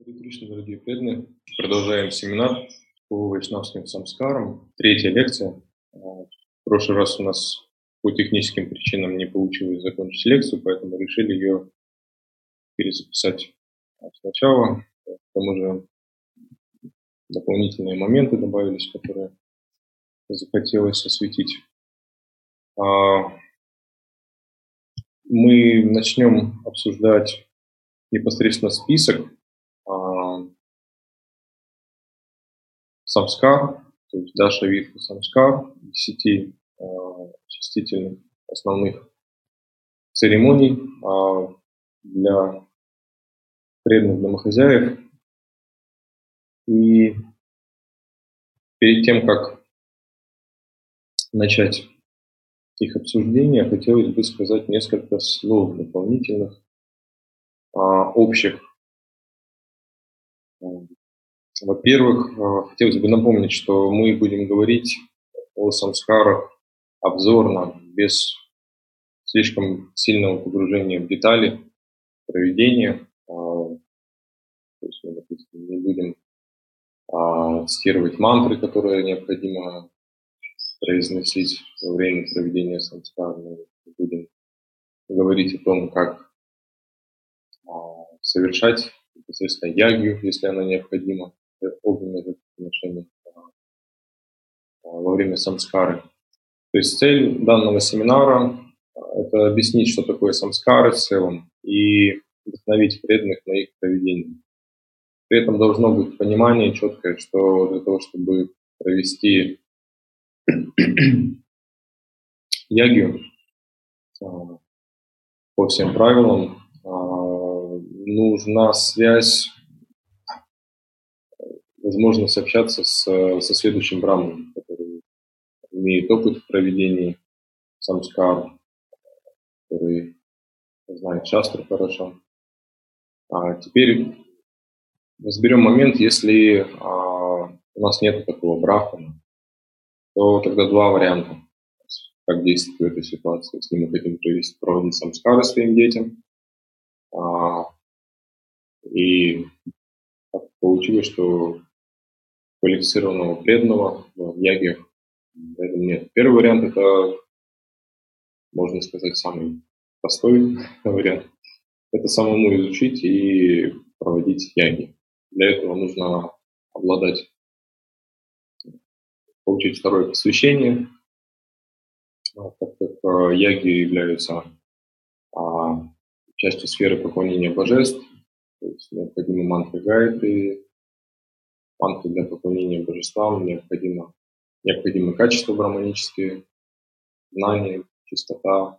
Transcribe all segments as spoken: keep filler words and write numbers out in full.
Харе Кришна, дорогие преданные. Продолжаем семинар по вайшнавским самскарам. Третья лекция. В прошлый раз у нас по техническим причинам не получилось закончить лекцию, поэтому решили ее перезаписать сначала. К тому же дополнительные моменты добавились, которые захотелось осветить. Мы начнем обсуждать непосредственно список самскар, то есть даша видха самскар, десяти э, очистительных основных церемоний э, для преданных домохозяев. И перед тем, как начать их обсуждение, хотелось бы сказать несколько слов дополнительных, э, общих. Во-первых, хотелось бы напомнить, что мы будем говорить о самскарах обзорно, без слишком сильного погружения в детали проведения. То есть мы, допустим, не будем цитировать мантры, которые необходимо произносить во время проведения самскар. Мы будем говорить о том, как совершать непосредственно ягью, если она необходима, огненное жертвоприношение во время самскары. То есть цель данного семинара – это объяснить, что такое самскары в целом, и вдохновить преданных на их проведение. При этом должно быть понимание четкое, что для того, чтобы провести ягью по всем правилам, нужна связь, возможность общаться с, со следующим браманом, который имеет опыт в проведении самскар, который знает шастру хорошо. А теперь разберем момент, если а, у нас нет такого брахмана, то тогда два варианта, как действовать в этой ситуации. Если мы хотим провести, проводить самскары своим детям, а, и так получилось, что квалифицированного преданного в ягьях нет. Первый вариант – это, можно сказать, самый простой вариант. Это самому изучить и проводить ягьи. Для этого нужно обладать, получить второе посвящение, так как ягьи являются а, частью сферы поклонения божеств. То есть необходимы мантры гайатри, мантры для поклонения божествам, необходимо, необходимы качества браманические, знания, чистота,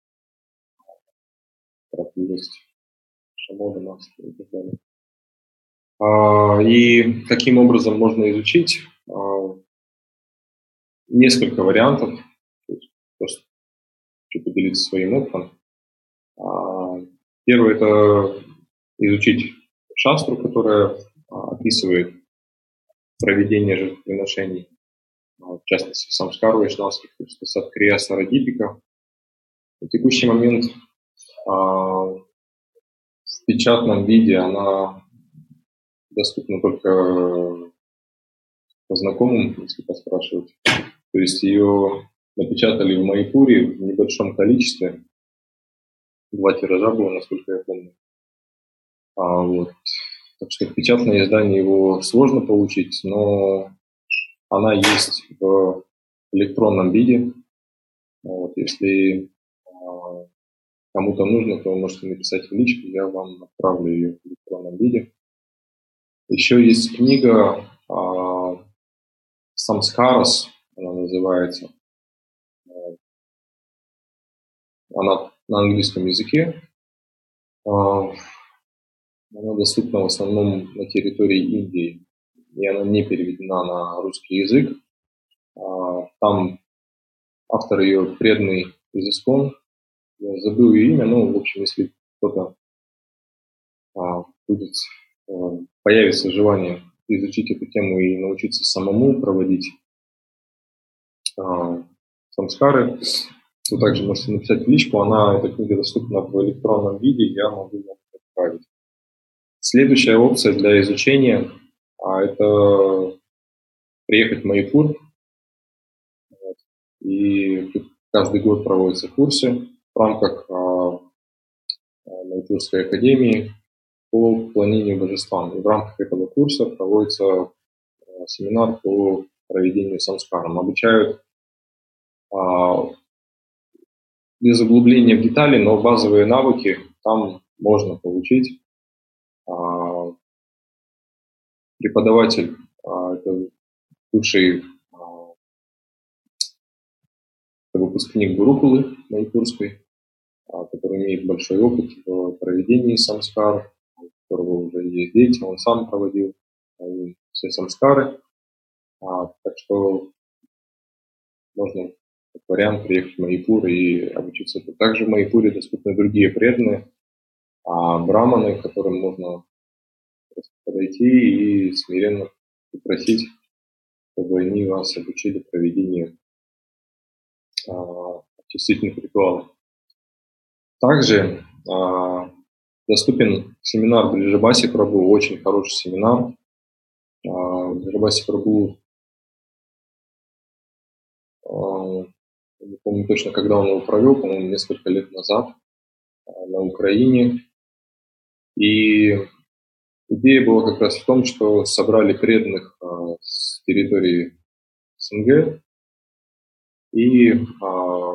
красивость, шамода, маска и так далее. А, и каким образом можно изучить? А, несколько вариантов. То есть просто хочу поделиться своим опытом. А, первое – это изучить шастру, которая а, описывает проведение жертвоприношений, а, в частности, самскар вайшнавских, то есть садкрия сарадипика. На текущий момент а, в печатном виде она доступна только по знакомым, если поспрашивать. То есть ее напечатали в Майпуре в небольшом количестве. Два тиража было, насколько я помню. А, вот. Так что в печатное издание его сложно получить, но она есть в электронном виде. Вот. Если а, кому-то нужно, то вы можете написать в личку, я вам отправлю ее в электронном виде. Еще есть книга а, «Самскарас», она называется. Она на английском языке. Она доступна в основном на территории Индии, и она не переведена на русский язык. Там автор ее преданный из ИСККОН. Я забыл ее имя, но, в общем, если кто-то будет, появится желание изучить эту тему и научиться самому проводить самскары, вы также можете написать в личку. Она, эта книга доступна в электронном виде, я могу вам отправить. Следующая опция для изучения а, – это приехать в Майпур. Вот. И тут каждый год проводятся курсы в рамках а, Майпурской академии по планированию божествам. И в рамках этого курса проводится а, семинар по проведению самскарам. Обучают а, без углубления в детали, но базовые навыки там можно получить. А, преподаватель а, это бывший а, выпускник Гурукулы Майпурской, а, который имеет большой опыт в проведении самскар, у которого уже есть дети, он сам проводил а, все самскары. А, так что можно как вариант приехать в Майпур и обучиться. Также в Майпуре доступны другие преданные, а, браманы, к которым можно просто подойти и смиренно попросить, чтобы они вас обучили проведению а, очистительных ритуалов. Также а, доступен семинар Бриджабаси Прабху, очень хороший семинар. А, Бриджабаси Прабху, а, не помню точно, когда он его провел, по-моему, несколько лет назад а, на Украине. И идея была как раз в том, что собрали преданных а, с территории СНГ и а,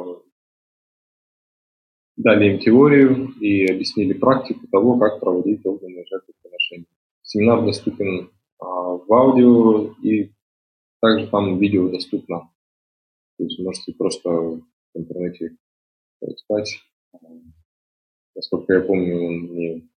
дали им теорию и объяснили практику того, как проводить огненные жертвоприношения. Семинар доступен а, в аудио, и также там видео доступно. То есть можете просто в интернете поискать. Насколько я помню, он не,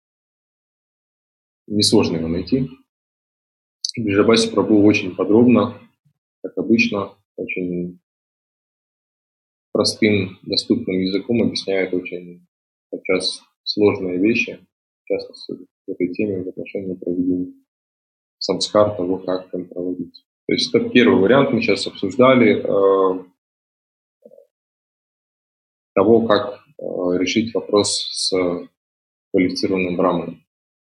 не сложно его найти. Бриджабаси Прабху очень подробно, как обычно, очень простым, доступным языком объясняет очень сейчас сложные вещи, в частности, в этой теме в отношении проведения самскар, того, как им проводить. То есть это первый вариант, мы сейчас обсуждали, э, того, как э, решить вопрос с квалифицированным браманом.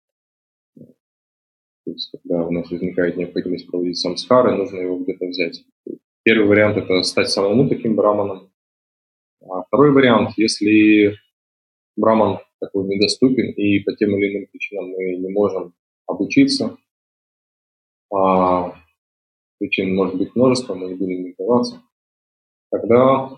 То есть, когда у нас возникает необходимость проводить самскары, нужно его где-то взять. Первый вариант – это стать самому таким браманом. А второй вариант – если браман такой недоступен и по тем или иным причинам мы не можем обучиться, а причин может быть множество, мы не будем их вдаваться, тогда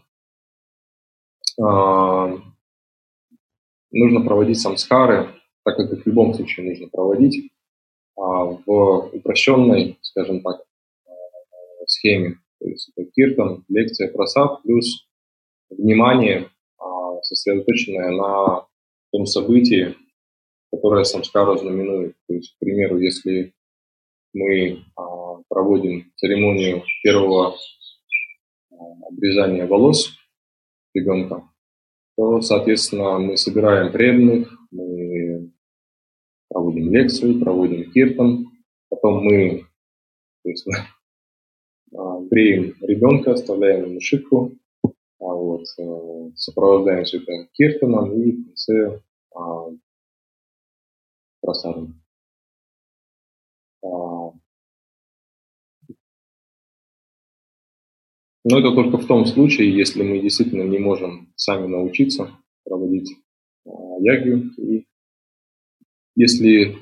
а, нужно проводить самскары, так как их в любом случае нужно проводить, а, в упрощенной, скажем так, схеме. То есть это киртан, лекция, прасад, плюс внимание, а, сосредоточенное на том событии, которое самскару знаменует. То есть, к примеру, если мы а, проводим церемонию первого а, обрезания волос ребенка, то, соответственно, мы собираем преданных, мы проводим лекцию, проводим киртан, потом мы, то есть, бреем ребенка, оставляем ему шипку, а вот, сопровождаем все это киртаном и в конце а, просадом. А, но это только в том случае, если мы действительно не можем сами научиться проводить а, ягью. И если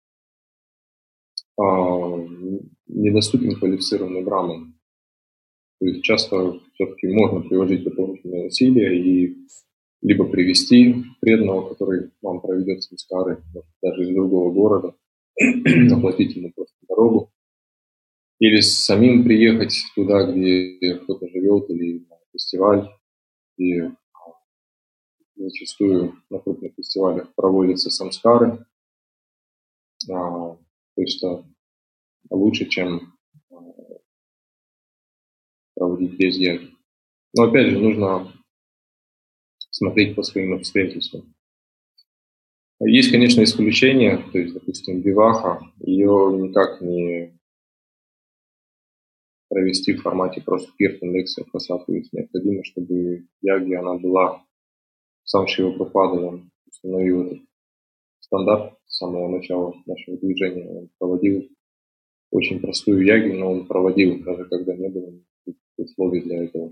а, недоступен квалифицированный браман, то есть часто все-таки можно приложить дополнительные усилия и либо привести преданного, который вам проведет самскары, даже из другого города, оплатить ему просто дорогу, или самим приехать туда, где кто-то живет, или на фестиваль, и зачастую на крупных фестивалях проводятся самскары, а, то есть это лучше, чем а, проводить без яги. Но опять же нужно смотреть по своим обстоятельствам. Есть, конечно, исключения, то есть, допустим, виваха, ее никак не провести в формате просто киртан, лекция, прасад, то есть необходимо, чтобы яги, она была, сам Шрила Прабхупада установил этот стандарт самого начала нашего движения. Он проводил очень простую ягу, но он проводил, даже когда не было условий для этого.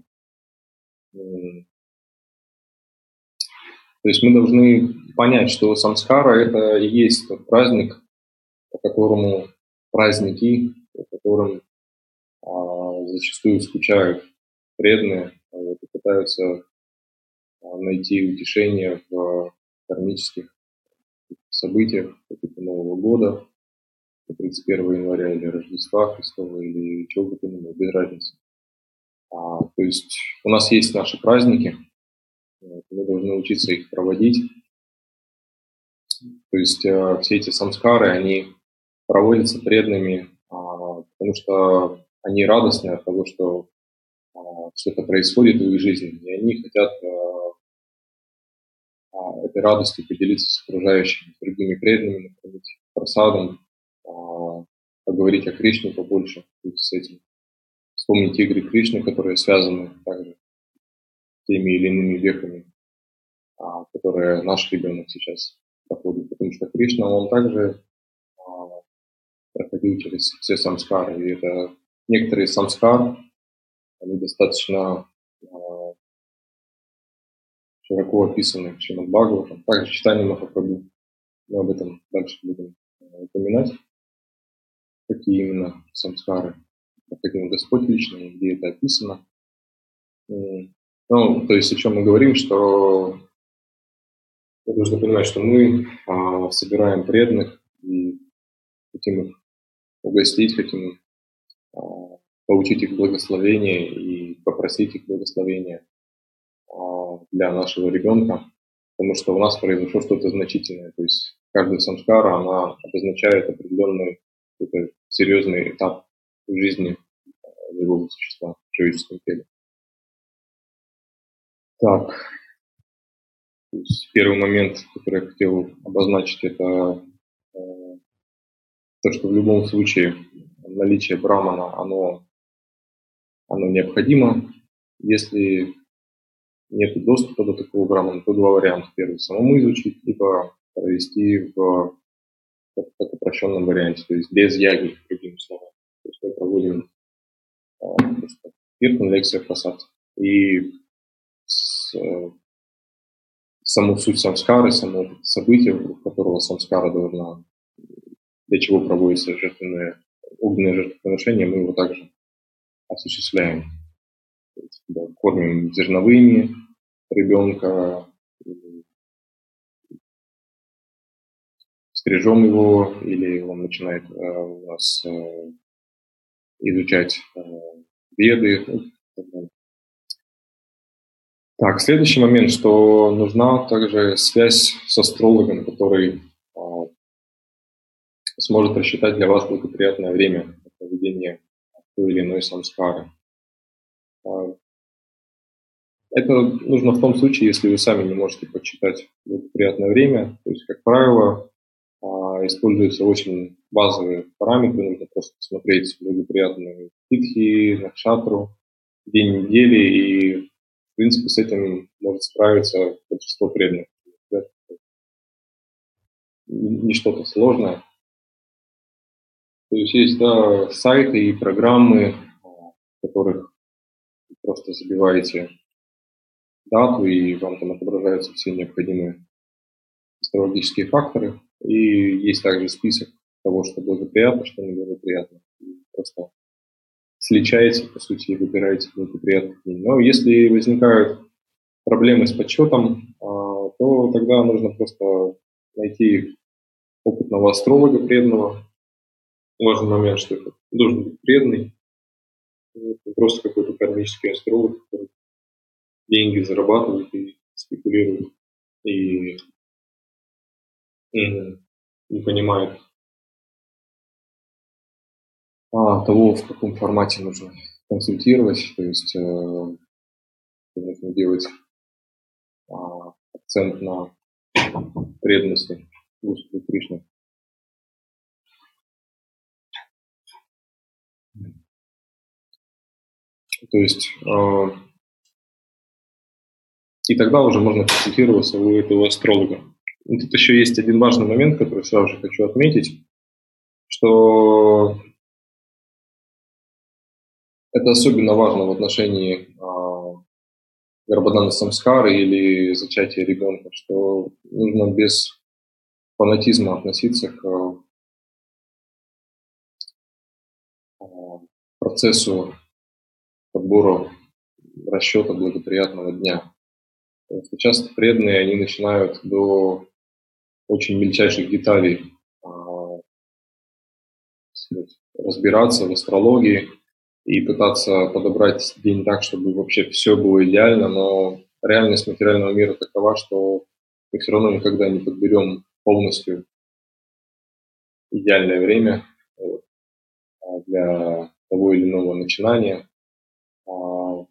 То есть мы должны понять, что самскара – это и есть тот праздник, по которому праздники, по которым а, зачастую скучают преданные, вот, и пытаются а, найти утешение в кармических событиях какого-то Нового года, тридцать первого января или Рождества Христова, или чего бы то ни было, без разницы. А, то есть у нас есть наши праздники, мы должны учиться их проводить. То есть э, все эти самскары, они проводятся преданными, а, потому что они радостны от того, что а, что-то происходит в их жизни, и они хотят а, а, этой радостью поделиться с окружающими, с другими преданными, накормить просадом, а, поговорить о Кришне побольше с этим, вспомнить игры Кришны, которые связаны также с теми или иными веками, а, которые наш ребенок сейчас проходит, потому что Кришна, он также а, проходил через все самскары, и это некоторые самскары, они достаточно а, широко описаны в Шримад Бхагаватам, также читание Махапрабху, мы об этом дальше будем а, упоминать, какие именно самскары проходил Господь лично, и где это описано. Ну, то есть о чем мы говорим, что нужно понимать, что мы а, собираем преданных и хотим их угостить, хотим а, получить их благословение и попросить их благословения а, для нашего ребенка, потому что у нас произошло что-то значительное. То есть каждая самскара, она обозначает определенный какой-то серьезный этап в жизни живого существа в человеческом теле. Так, то есть первый момент, который я хотел обозначить, это э, то, что в любом случае наличие брамана, оно, оно необходимо. Если нет доступа до такого брамана, то два варианта. Первый – самому изучить, либо провести в как, как упрощенном варианте, то есть без яги, другими словами. То есть мы проводим э, просто киртан, лекция, прасад. И с, э, саму суть самскары, само событие, в которого самскара должна, для чего проводится жертвенное, огненное жертвоприношение, мы его также осуществляем. То есть, да, кормим зерновыми ребенка, стрижем его, или он начинает э, у нас э, изучать э, веды. Ну, так, следующий момент, что нужна также связь с астрологом, который э, сможет рассчитать для вас благоприятное время проведения той или иной самскары. Это нужно в том случае, если вы сами не можете подсчитать благоприятное время. То есть, как правило, используются очень базовые параметры. Нужно просто посмотреть благоприятные титхи, накшатру, день недели, и, в принципе, с этим может справиться большинство преданных. Не что-то сложное. То есть есть, да, сайты и программы, в которых вы просто забиваете дату, и вам там отображаются все необходимые астрологические факторы. И есть также список того, что благоприятно, что неблагоприятно. И просто сличаете, по сути, и выбираете благоприятный день. Но если возникают проблемы с подсчетом, то тогда нужно просто найти опытного астролога преданного. Важный момент, что это должен быть преданный, это просто какой-то кармический астролог, который деньги зарабатывает и спекулирует, и, и не понимает а, того, в каком формате нужно консультировать, то есть э, нужно делать а, акцент на преданности Господу Кришне. То есть э, и тогда уже можно консультироваться у этого астролога. И тут еще есть один важный момент, который сразу же хочу отметить, что это особенно важно в отношении а, Гарбадана Самскара или зачатия ребенка, что нужно без фанатизма относиться к а, процессу подбора расчета благоприятного дня. Потому что часто преданные, они начинают до очень мельчайших деталей а, разбираться в астрологии и пытаться подобрать день так, чтобы вообще все было идеально, но реальность материального мира такова, что мы все равно никогда не подберем полностью идеальное время вот, для того или иного начинания. То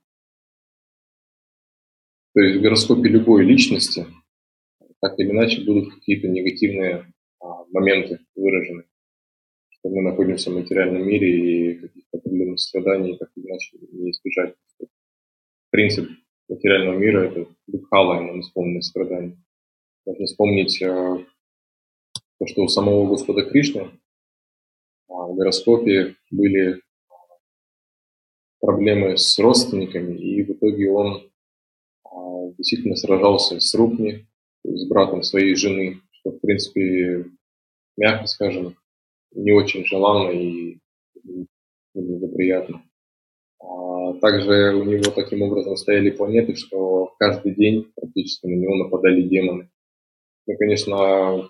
есть в гороскопе любой личности так или иначе будут какие-то негативные моменты выражены, что мы находимся в материальном мире и каких-то определенных страданий так или иначе не избежать. Принцип материального мира – это дукхала, именно исполненное страдания. Можно вспомнить э, то, что у самого Господа Кришны э, в гороскопе были проблемы с родственниками, и в итоге он э, действительно сражался с Рукми, с братом своей жены, что, в принципе, мягко скажем, не очень желанно и неблагоприятно. Также у него таким образом стояли планеты, что каждый день практически на него нападали демоны. Мы, конечно,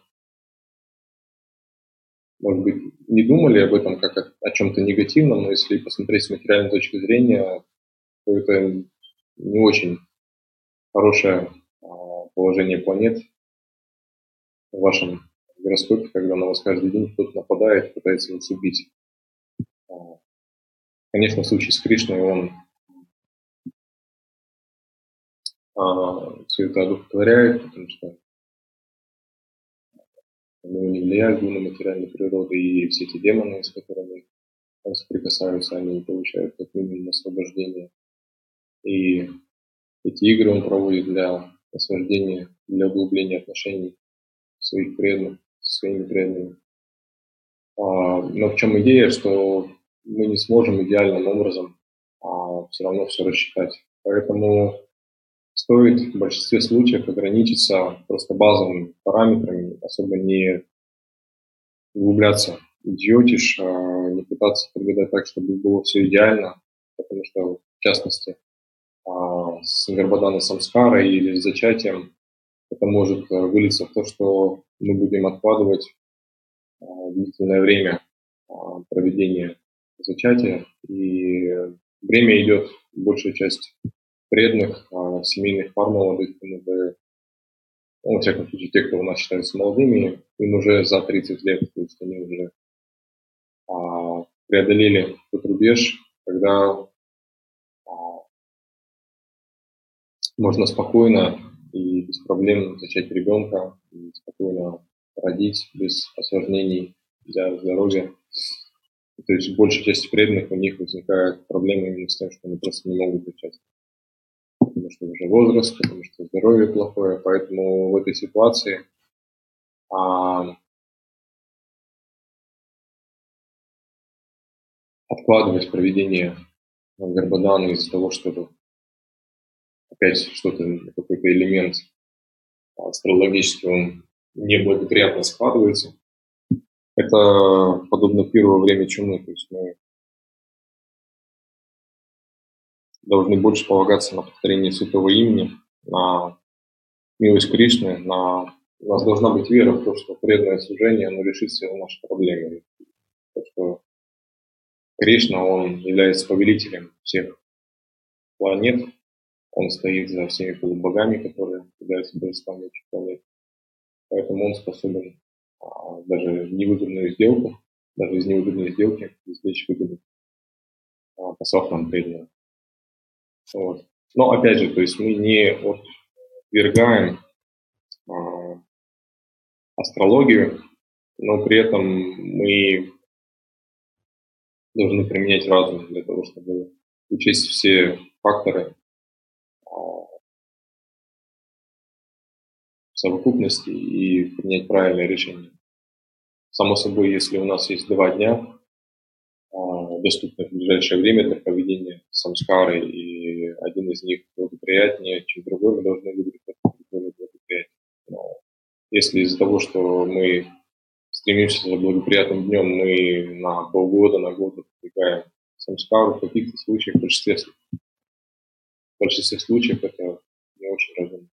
может быть, не думали об этом как о, о чем-то негативном, но если посмотреть с материальной точки зрения, то это не очень хорошее положение планет в вашем гороскопе, когда на вас каждый день кто-то нападает, пытается вас убить. Конечно, в случае с Кришной он а, все это одухотворяет, потому что на него не влияют гуны материальной природы, и все эти демоны, с которыми он соприкасаются, они получают как минимум освобождение. И эти игры он проводит для освобождения, для углубления отношений своих преданных, со своими преданными. А, но в чем идея, что мы не сможем идеальным образом а, все равно все рассчитать. Поэтому стоит в большинстве случаев ограничиться просто базовыми параметрами, особо не углубляться в идиотиш, не пытаться подгадать так, чтобы было все идеально, потому что, в частности, с Гарбадана Самскара или с зачатием это может вылиться в то, что мы будем откладывать длительное время проведения зачатия, и время идет, большая часть преданных, семейных пар молодых, им уже, ну, во всяком случае, те, кто у нас считаются молодыми, им уже за тридцать лет, то есть они уже а, преодолели тот рубеж, когда а, можно спокойно и без проблем зачать ребенка, и спокойно родить без осложнений для здоровья. То есть большая часть преданных, у них возникают проблемы именно с тем, что они просто не могут зачать. Потому что уже возраст, потому что здоровье плохое. Поэтому в этой ситуации а, откладывать проведение Гарбадана из-за того, что опять что-то, какой-то элемент астрологический, он неблагоприятно складывается. Это подобно пиру во время чумы. То есть мы должны больше полагаться на повторение святого имени, на милость Кришны, на... у нас должна быть вера в то, что преданное служение, оно решит все наши проблемы. Потому что Кришна, он является повелителем всех планет, он стоит за всеми полубогами, которые являются божествами этих планет. Поэтому он способен а, даже невыгодную сделку, даже из невыгодной сделки извлечь выгоду, а, послав нам преданного. Вот. Но опять же, то есть мы не отвергаем а, астрологию, но при этом мы должны применять разум для того, чтобы учесть все факторы, а, совокупности и принять правильное решение. Само собой, если у нас есть два дня, доступных в ближайшее время для проведения самскары, и один из них благоприятнее, чем другой, мы должны выбрать более благоприятный. Но если из-за того, что мы стремимся за благоприятным днем, мы на полгода, на год отодвигаем самскару, в каких-то случаях, в большинстве, в большинстве случаев это не очень разумно.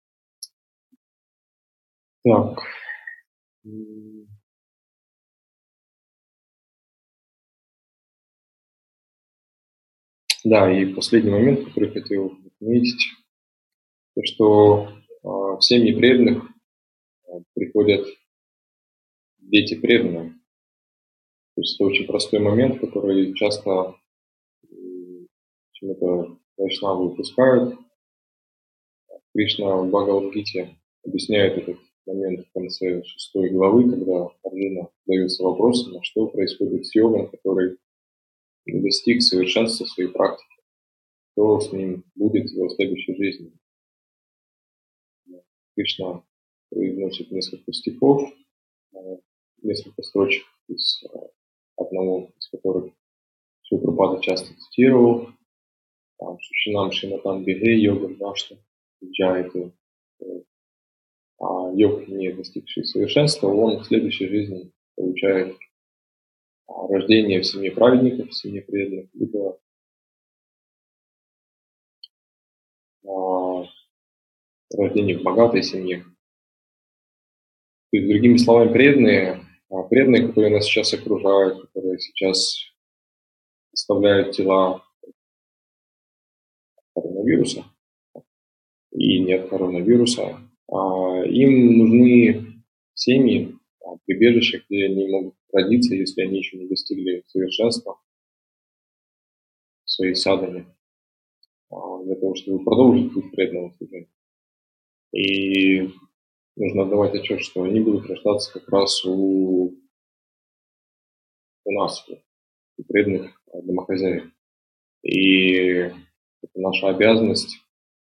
Так. Да, и последний момент, который хотел отметить, то, что э, в семьи преданных э, приходят дети преданные. То есть это очень простой момент, который часто почему-то вайшнавы упускают. Кришна в Бхагавад-гите объясняет этот момент в конце шестой главы, когда Арджуна задается вопросом, что происходит с йогом, который не достиг совершенства своей практики, что с ним будет в его следующей жизни. Кришна произносит несколько стихов, несколько строчек из одного из которых Шрила Прабхупада часто цитировал. Шучинам Шиматам Бигей йога Нашта Джайты. А йог, не достигший совершенства, он в следующей жизни получает рождение в семье праведников, в семье преданных, либо рождение в богатой семье. То есть, другими словами, преданные, преданные, которые нас сейчас окружают, которые сейчас оставляют тела коронавируса и нет коронавируса, им нужны семьи, прибежища, где они могут родиться, если они еще не достигли совершенства в своей садхане, для того, чтобы продолжить путь преданного служения. И нужно отдавать отчет, что они будут рождаться как раз у, у нас, у преданных домохозяев. И это наша обязанность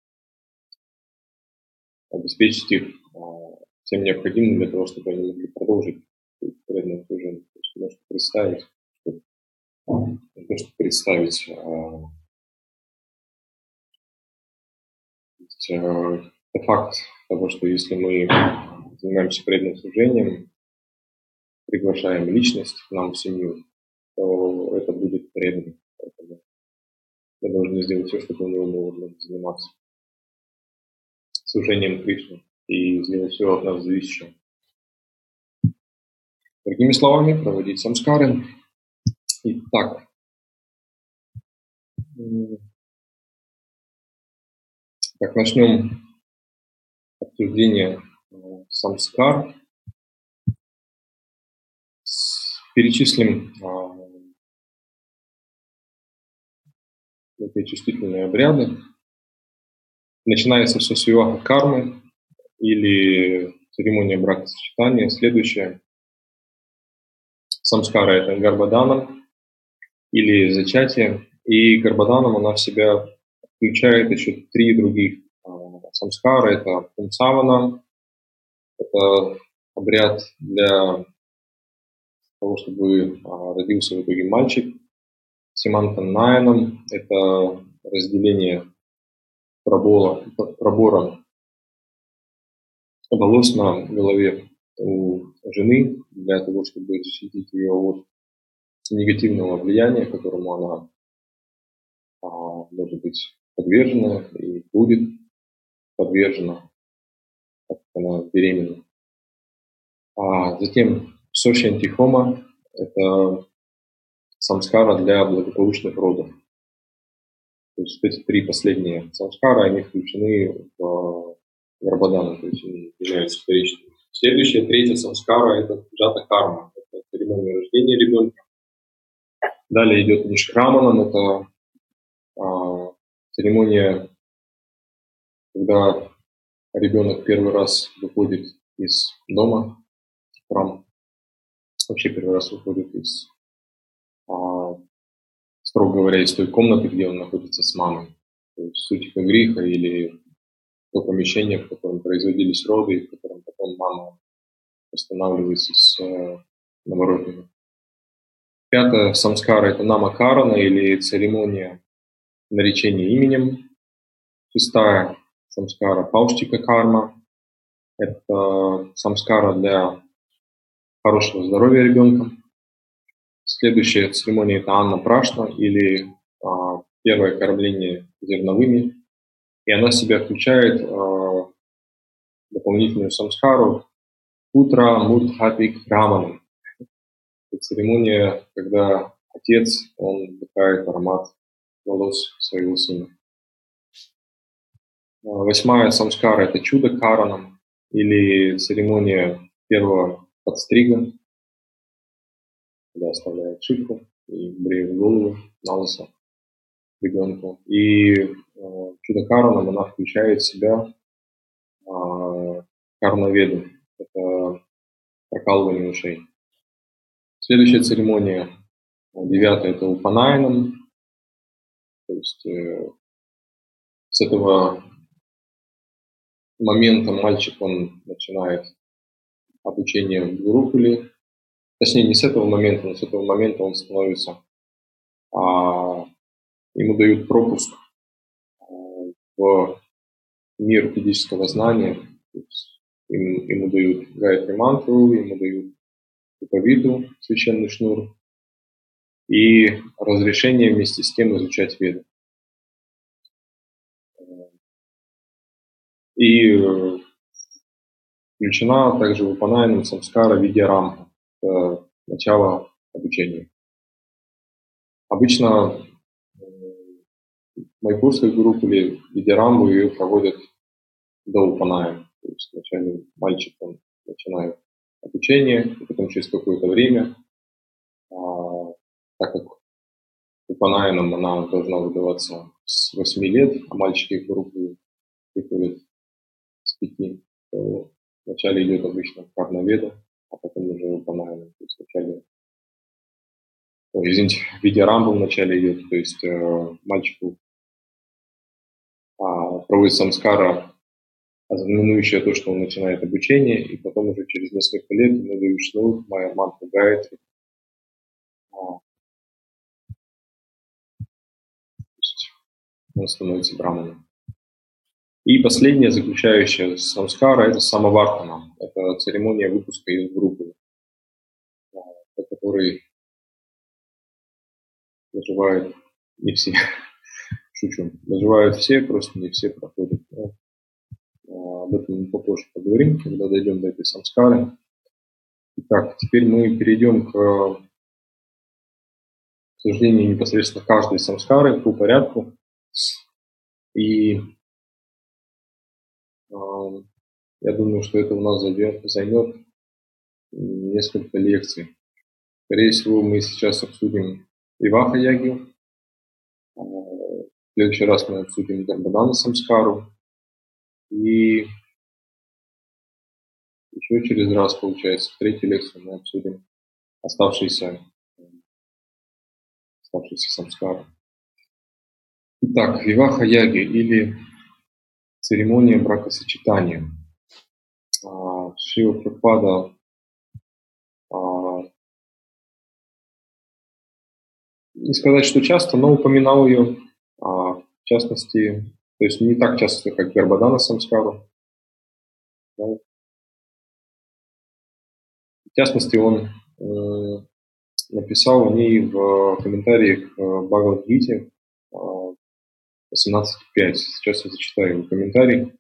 обеспечить их всем необходимым для того, чтобы они могли продолжить преданное служение. То есть можно представить, что, можно представить это факт того, что если мы занимаемся преданным служением, приглашаем личность к нам в семью, то это будет преданным. Поэтому мы должны сделать все, чтобы мы могли заниматься служением Кришны и сделать все от нас зависящее. Другими словами, проводить самскары. Итак, так, начнем обсуждение самскар. Перечислим эти чувствительные обряды. Начинается все с виваха кармы или церемония бракосочетания. Следующее. Самскара – это гарбаданам или зачатие. И гарбаданам она в себя включает еще три других самскара. Это пумсавана, это обряд для того, чтобы родился в итоге мальчик. Симантан Найаном – это разделение пробора, пробора волос на голове у жены для того, чтобы защитить ее от негативного влияния, которому она а, может быть подвержена и будет подвержена, как она беременна. А затем сошьянтихома – это самскара для благополучных родов. То есть эти три последние самскара, они включены в гарбадану, то есть они являются вторичными. Следующая, третья самскара – это джата карма, это церемония рождения ребенка. Далее идет нишкраманам, это а, церемония, когда ребенок первый раз выходит из дома, храма, вообще первый раз выходит из, а, строго говоря, из той комнаты, где он находится с мамой. То есть сутика гриха или то помещение, в котором производились роды, и в котором потом мама восстанавливается с э, новорожденным. Пятое самскара – это намакарана или церемония наречения именем. Шестая самскара – пауштика карма. Это самскара для хорошего здоровья ребенка. Следующая церемония – это анна прашна или а, первое кормление зерновыми. И она в себя включает а, дополнительную самскару путра мудхапик раманам. Это церемония, когда отец, он вдыхает аромат волос своего сына. Восьмая самскара – это чудо каранам или церемония первого подстрига, когда оставляет шипку и бреет голову на лысо ребенку. И э, чудо каранам, она включает в себя э, карнаведу, это прокалывание ушей. Следующая церемония, девятая, это упанайнам, то есть э, с этого момента мальчик, он начинает обучение в гурукуле, точнее не с этого момента, но с этого момента он становится, а, ему дают пропуск а, в мир ведического знания, то есть ему, ему дают гайатри мантру, ему дают уповиду, священный шнур, и разрешение вместе с тем изучать веды. И включена также в упанайнам самскара видьярамха, это начало обучения. Обычно в майпурской гурукуле видьярамбу ее проводят до упанайна. То есть вначале мальчик он начинает обучение, и потом через какое-то время, а, так как упанайнам она должна выдаваться с восьми лет, а мальчики в гурукуле приходят с пяти, то вначале идет обычно карнаведа, а потом уже упанайнам. То есть вначале, ой, извините, видьярамбу вначале идет, то есть э, мальчику а, проводит самскара, знаменующее то, что он начинает обучение, и потом уже через несколько лет ему дают шнур, майя мантру гайатри. А, он становится браманом. И последняя, заключающая самскара, это самавартана. Это церемония выпуска из группы, по которой доживают не все. Шучу. Доживают все, просто не все проходят. Но, а, об этом мы попозже поговорим, когда дойдем до этой самскары. Итак, теперь мы перейдем к обсуждению непосредственно каждой самскары по порядку. И я думаю, что это у нас займет несколько лекций. Скорее всего, мы сейчас обсудим Виваха-ягью. В следующий раз мы обсудим Гарбадана самскару. И еще через раз, получается, в третьей лекции мы обсудим оставшиеся, оставшиеся самскары. Итак, Виваха-яги или церемония бракосочетания. Шрила Прабхупада не сказать, что часто, но упоминал ее, в частности, то есть не так часто, как Гарбадана самскару. В частности, он написал о ней в комментарии к Бхагавад-гите восемнадцать пять. Сейчас я зачитаю его комментарий.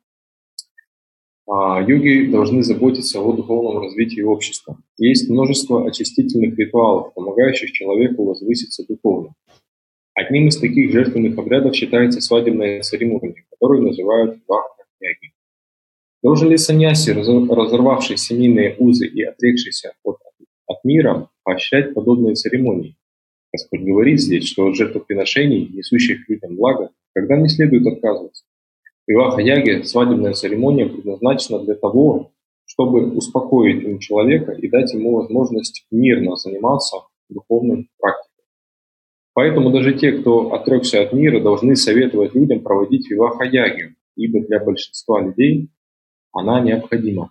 Йоги должны заботиться о духовном развитии общества. Есть множество очистительных ритуалов, помогающих человеку возвыситься духовно. Одним из таких жертвенных обрядов считается свадебная церемония, которую называют виваха-яги. Должен ли саньяси, разорвавший семейные узы и отрекшийся от, от мира, поощрять подобные церемонии? Господь говорит здесь, что от жертвоприношений, несущих людям благо, когда не следует отказываться. Виваха-яги, свадебная церемония, предназначена для того, чтобы успокоить ум человека и дать ему возможность мирно заниматься духовной практикой. Поэтому даже те, кто отрекся от мира, должны советовать людям проводить виваха-яги, ибо для большинства людей она необходима.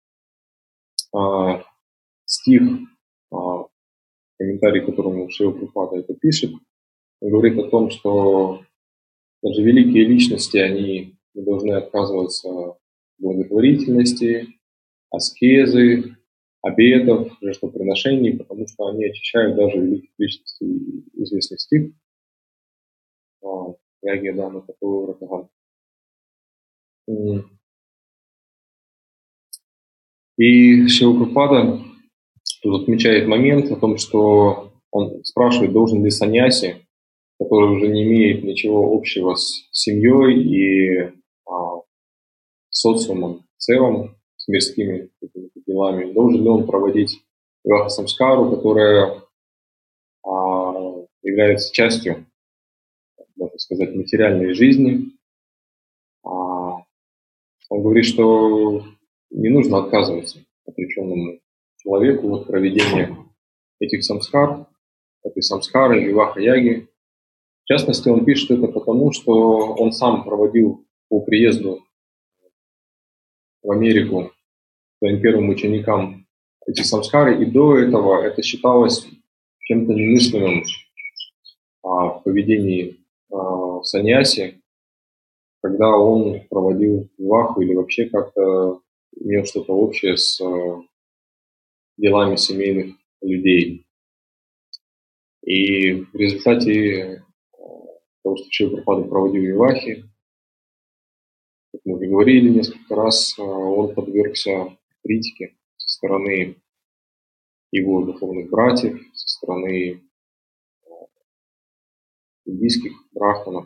А, стих, а, комментарий, которому Шрила Прабхупада это пишет, он говорит о том, что даже великие личности, они не должны отказываться от благотворительности, аскезы, обетов, жертвоприношений, потому что они очищают даже великих личностей. Известный стих Яги Дана Тату Ратаган. И Шрила Прабхупада тут отмечает момент о том, что он спрашивает, должен ли саньяси, который уже не имеет ничего общего с семьей и а, социумом в целом, с мирскими делами, должен ли он проводить виваха самскару, которая а, является частью, можно сказать, материальной жизни. А, он говорит, что не нужно отказываться отреченному человеку от проведения этих самскар, этой самскары, виваха-яги. В частности, он пишет это потому, что он сам проводил по приезду в Америку своим первым ученикам эти самскары, и до этого это считалось чем-то немыслимым а, в поведении а, саньяси, когда он проводил виваху или вообще как-то имел что-то общее с а, делами семейных людей. И в результате того, что Шрила Прабхупада проводил вивахи, как мы уже говорили несколько раз, он подвергся критике со стороны его духовных братьев, со стороны индийских брахманов.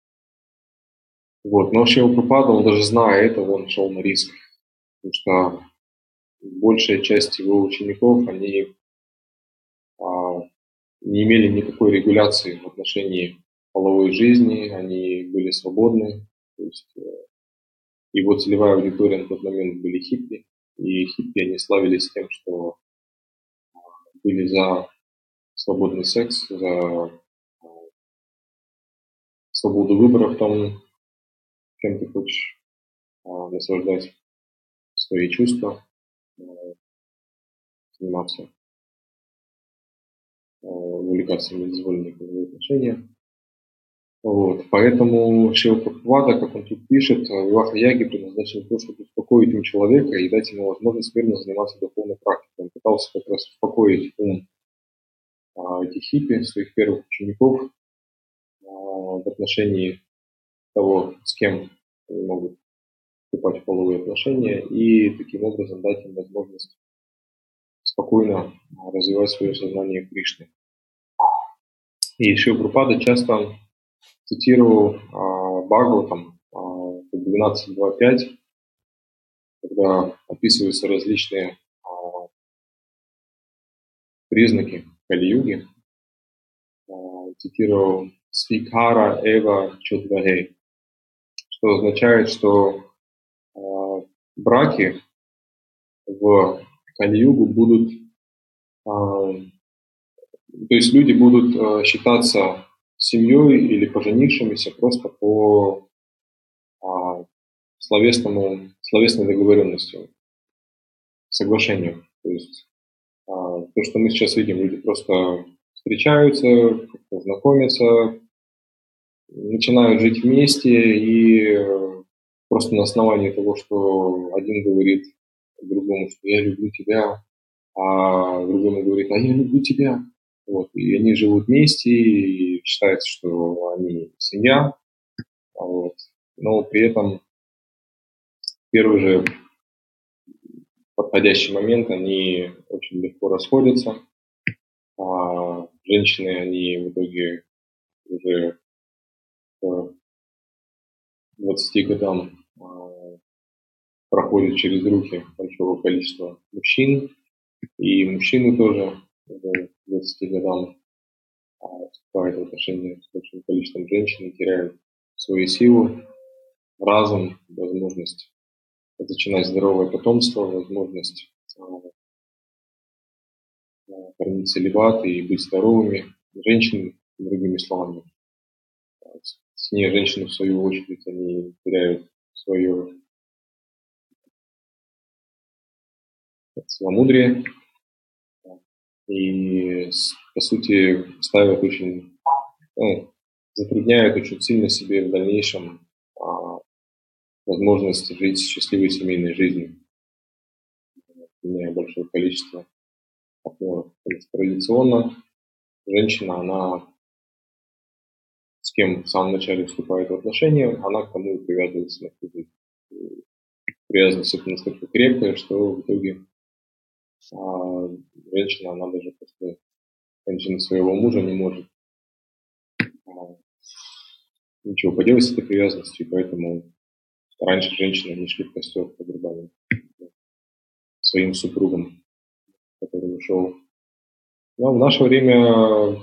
Вот. Но Шрила Прабхупада, он даже зная это, он шел на риск, потому что большая часть его учеников, они а, не имели никакой регуляции в отношении половой жизни, они были свободны. То есть, э, его целевая аудитория на тот момент были хиппи, и хиппи они славились тем, что э, были за свободный секс, за э, свободу выбора в том, чем ты хочешь э, наслаждать свои чувства, э, заниматься, э, увлекаться недозволенными половыми отношениями. Вот. Поэтому Шрила Прабхупада, как он тут пишет, виваха-яги предназначен для того, чтобы успокоить ум человека и дать ему возможность мирно заниматься духовной практикой. Он пытался как раз успокоить ум а, этих хиппи, своих первых учеников, а, в отношении того, с кем они могут вступать в половые отношения, и таким образом дать им возможность спокойно развивать свое сознание Кришны. И Шрила Прабхупада часто цитировал а, Бхагаватам а, двенадцать два пять, когда описываются различные а, признаки Кали-юги, а, цитировал «Свикара эва чудвахей», что означает, что а, браки в Кали-югу будут, а, то есть люди будут а, считаться семьей или поженившимися просто по а, словесному, словесной договоренности, соглашению. То есть а, то, что мы сейчас видим, люди просто встречаются, как-то знакомятся, начинают жить вместе, и просто на основании того, что один говорит другому, что я люблю тебя, а другому говорит, а я люблю тебя. Вот. И они живут вместе, и считается, что они семья. Вот. Но при этом в первый же подходящий момент они очень легко расходятся. А женщины, они в итоге уже к двадцати годам а, проходят через руки большого количества мужчин. И мужчины тоже к двадцати годам а, вступают в отношения с большим количеством женщин и теряют свою силу, разум, возможность зачинать здоровое потомство, возможность хранить целибат и быть здоровыми. Женщины, другими словами, с ней женщины, в свою очередь, они теряют свое целомудрие и, по сути, ставят очень, ну, затрудняют очень сильно себе в дальнейшем а, возможность жить счастливой семейной жизнью, имея большое количество партнеров. Традиционно женщина, она с кем в самом начале вступает в отношения, она к тому и привязывается на всю жизнь. И привязанность это настолько крепкая, что в итоге а, женщина, она даже после кончины своего мужа не может а, ничего поделать с этой привязанностью, поэтому раньше женщины не шли в костер по грибам своим супругам, который ушел. Но в наше время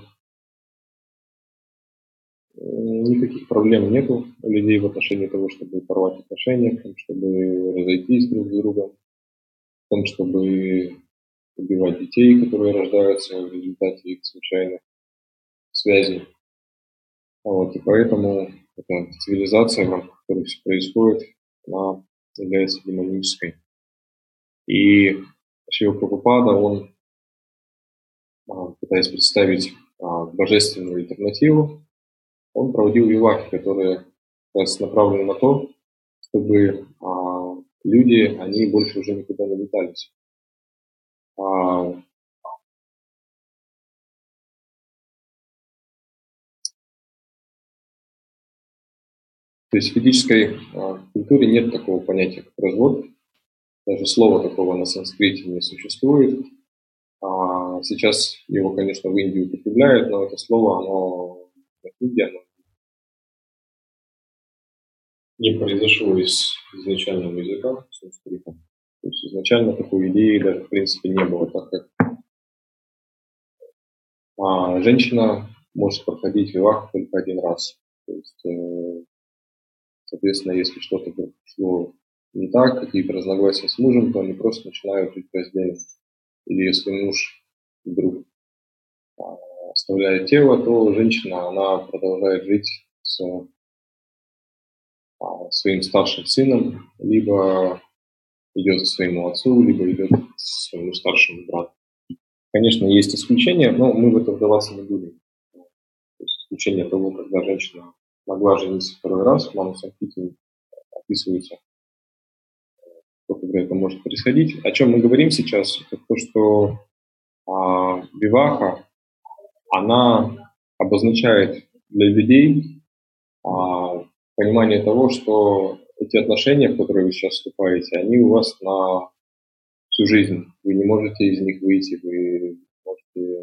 никаких проблем нету у людей в отношении того, чтобы порвать отношения, в том, чтобы разойтись друг с другом, в том, чтобы убивать детей, которые рождаются в результате их случайных связей. Вот, и поэтому эта цивилизация, в рамках которой все происходит, она является демонической. И Шрила Прабхупада, он, пытаясь представить божественную альтернативу, он проводил вивахи, которые как раз направлены на то, чтобы а, люди, они больше уже никуда не летались. А, то есть в ведической а, культуре нет такого понятия, как развод. Даже слова такого на санскрите не существует. А, сейчас его, конечно, в Индии употребляют, но это слово, оно на Индии, оно не произошло из изначального языка санскрита. То есть изначально такой идеи даже в принципе не было, так как а, женщина может проходить виваху только один раз. То есть, э, соответственно, если что-то шло не так, какие-то разногласия с мужем, то они просто начинают жить раздельно. Или если муж вдруг а, оставляет тело, то женщина, она продолжает жить с а, своим старшим сыном, либо идет к своему отцу, либо идет к своему старшему брату. Конечно, есть исключения, но мы в это вдаваться не будем. То есть исключение того, когда женщина могла жениться второй раз, в Ману Самхите описывается, когда это может происходить. О чем мы говорим сейчас, это то, что а, виваха, она обозначает для людей а, понимание того, что эти отношения, в которые вы сейчас вступаете, они у вас на всю жизнь. Вы не можете из них выйти, вы можете,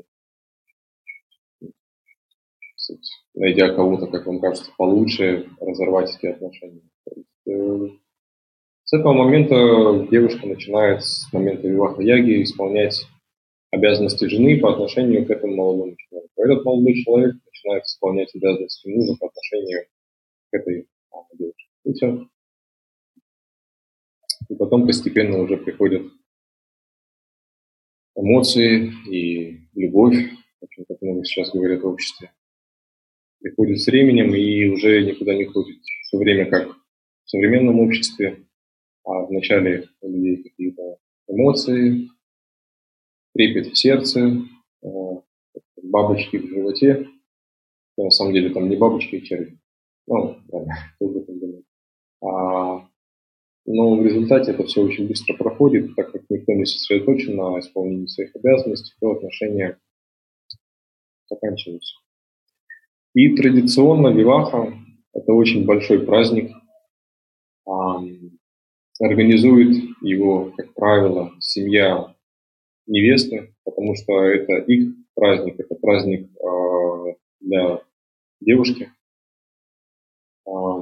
найдя кого-то, как вам кажется, получше, разорвать эти отношения. То есть, э, с этого момента девушка начинает с момента виваха яги исполнять обязанности жены по отношению к этому молодому человеку. Этот молодой человек начинает исполнять обязанности мужа по отношению к этой а, девушке. И все. И потом постепенно уже приходят эмоции и любовь, о чем так много сейчас говорят в обществе. Приходит с временем и уже никуда не ходит. В то время как в современном обществе а вначале у людей какие-то эмоции, трепет в сердце, бабочки в животе. Но на самом деле там не бабочки, а черви. Ну, да, кто об этом думает. А, но в результате это все очень быстро проходит, так как никто не сосредоточен на исполнении своих обязанностей, то отношения заканчиваются. И традиционно виваха – это очень большой праздник. А, организует его, как правило, семья невесты, потому что это их праздник, это праздник э, для девушки. Э,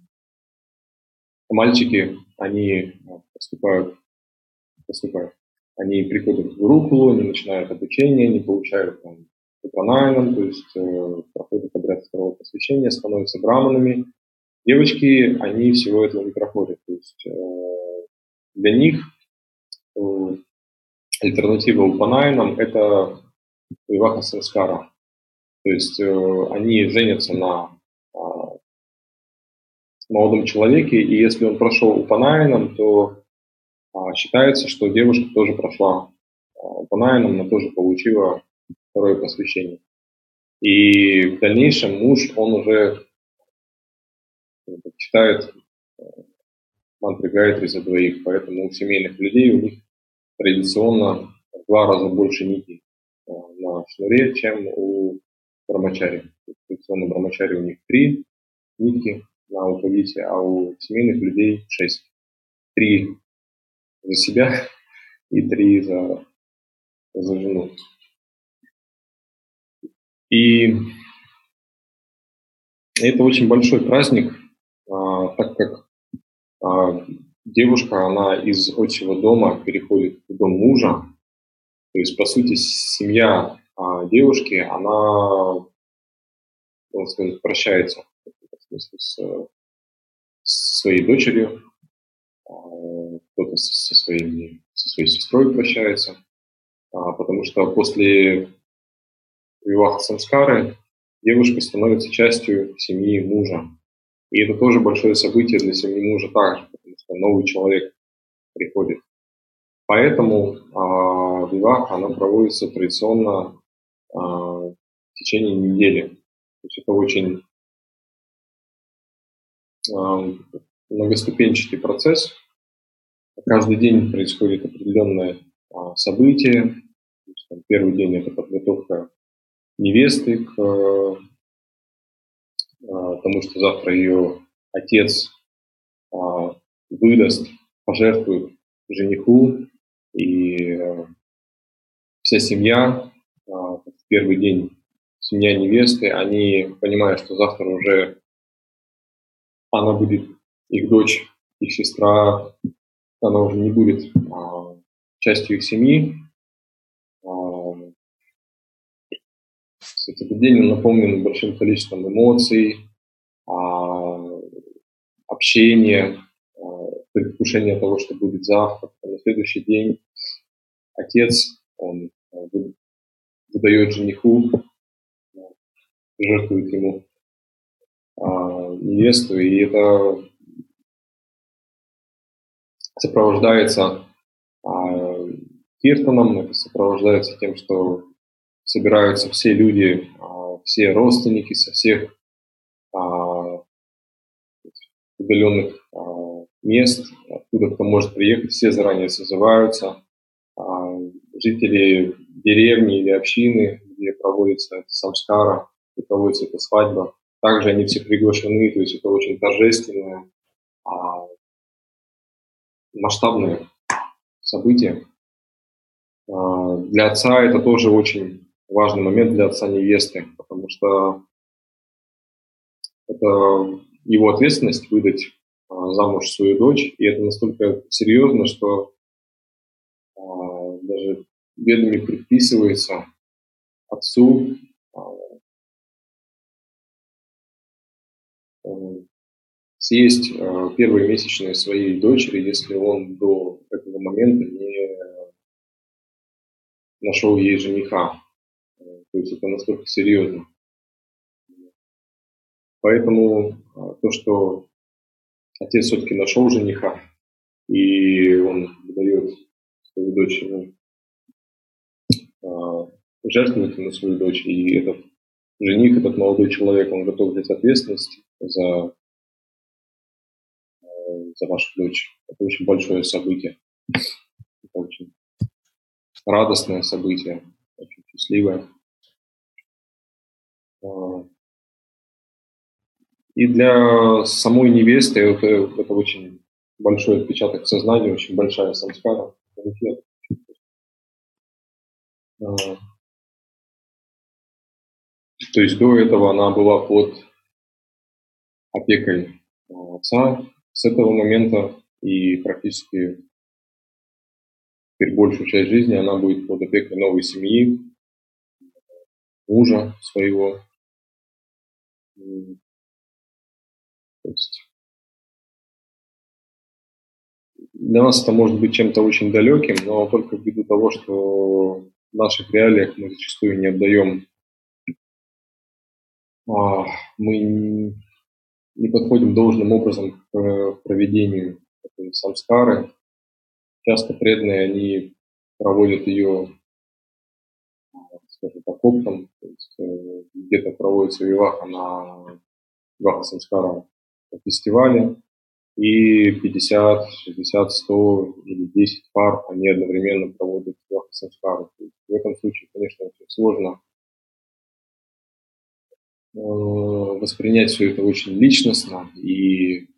мальчики, они поступают, поступают, они приходят в Гурукулу, они начинают обучение, они получают там пранайнам, то есть э, проходят обряд второго посвящения, становятся браманами. Девочки, они всего этого не проходят, то есть э, для них э, альтернатива упанайнам – это виваха санскара. То есть э, они женятся на э, молодом человеке, и если он прошел упанаином, то а, считается, что девушка тоже прошла а, упанаином, она тоже получила второе посвящение. И в дальнейшем муж, он уже читает мантры Гайатри за двоих, поэтому у семейных людей у них традиционно в два раза больше нитей а, на шнуре, чем у брамачари. Традиционно брамачари у них три нитки на алфавите, а у семейных людей шесть. Три за себя и три за, за жену. И это очень большой праздник, а, так как а, девушка, она из отчего дома переходит в дом мужа. То есть, по сути, семья а, девушки, она, можно сказать, прощается в смысле, с, с своей дочерью, а, кто-то со, своими, со своей сестрой прощается, а, потому что после виваха самскары девушка становится частью семьи мужа. И это тоже большое событие для семьи мужа также, потому что новый человек приходит. Поэтому а, виваха, она проводится традиционно а, в течение недели. То есть это очень а, многоступенчатый процесс. Каждый день происходит определенное а, событие. То есть, там, первый день – это подготовка невесты к а, тому, что завтра ее отец а, выдаст, пожертвует жениху, и а, вся семья а, в первый день, семья невесты, они понимают, что завтра уже она будет их дочь, их сестра, она уже не будет а, частью их семьи. А, этот день он наполнен большим количеством эмоций, а, общения, предвкушение того, что будет завтра. А на следующий день отец, он выдает жениху, жертвует ему а, невесту, и это сопровождается а, киртаном, это сопровождается тем, что собираются все люди, а, все родственники со всех а, удаленных а, мест, откуда кто может приехать, все заранее созываются. А, жители деревни или общины, где проводится эта самскара, где проводится эта свадьба, также они все приглашены, то есть это очень торжественное, а, масштабное событие. А, для отца это тоже очень важный момент, для отца невесты, потому что это его ответственность выдать а, замуж свою дочь, и это настолько серьезно, что а, даже ведами предписывается отцу а, съесть а, первые месячные своей дочери, если он до этого момента не нашел ей жениха. То есть это настолько серьезно. Поэтому а, то, что отец все-таки нашел жениха, и он выдает свою дочь, ему, а, жертвует на свою дочь, и этот жених, этот молодой человек, он готов взять ответственность за, за вашу дочь. Это очень большое событие. Это очень радостное событие, очень счастливое. И для самой невесты это, это очень большой отпечаток сознания, очень большая самскара. То есть до этого она была под опекой отца. С этого момента и практически теперь большую часть жизни она будет под опекой новой семьи, мужа своего. То есть для нас это может быть чем-то очень далеким, но только ввиду того, что в наших реалиях мы зачастую не отдаем, мы не подходим должным образом к проведению этой самскары. Часто преданные, они проводят ее, скажем так, оптом, то есть э, где-то проводится виваха на виваха самскара на фестивале, и пятьдесят, шестьдесят, сто или десять пар они одновременно проводят виваха самскару. То есть в этом случае, конечно, очень сложно э, воспринять все это очень личностно, и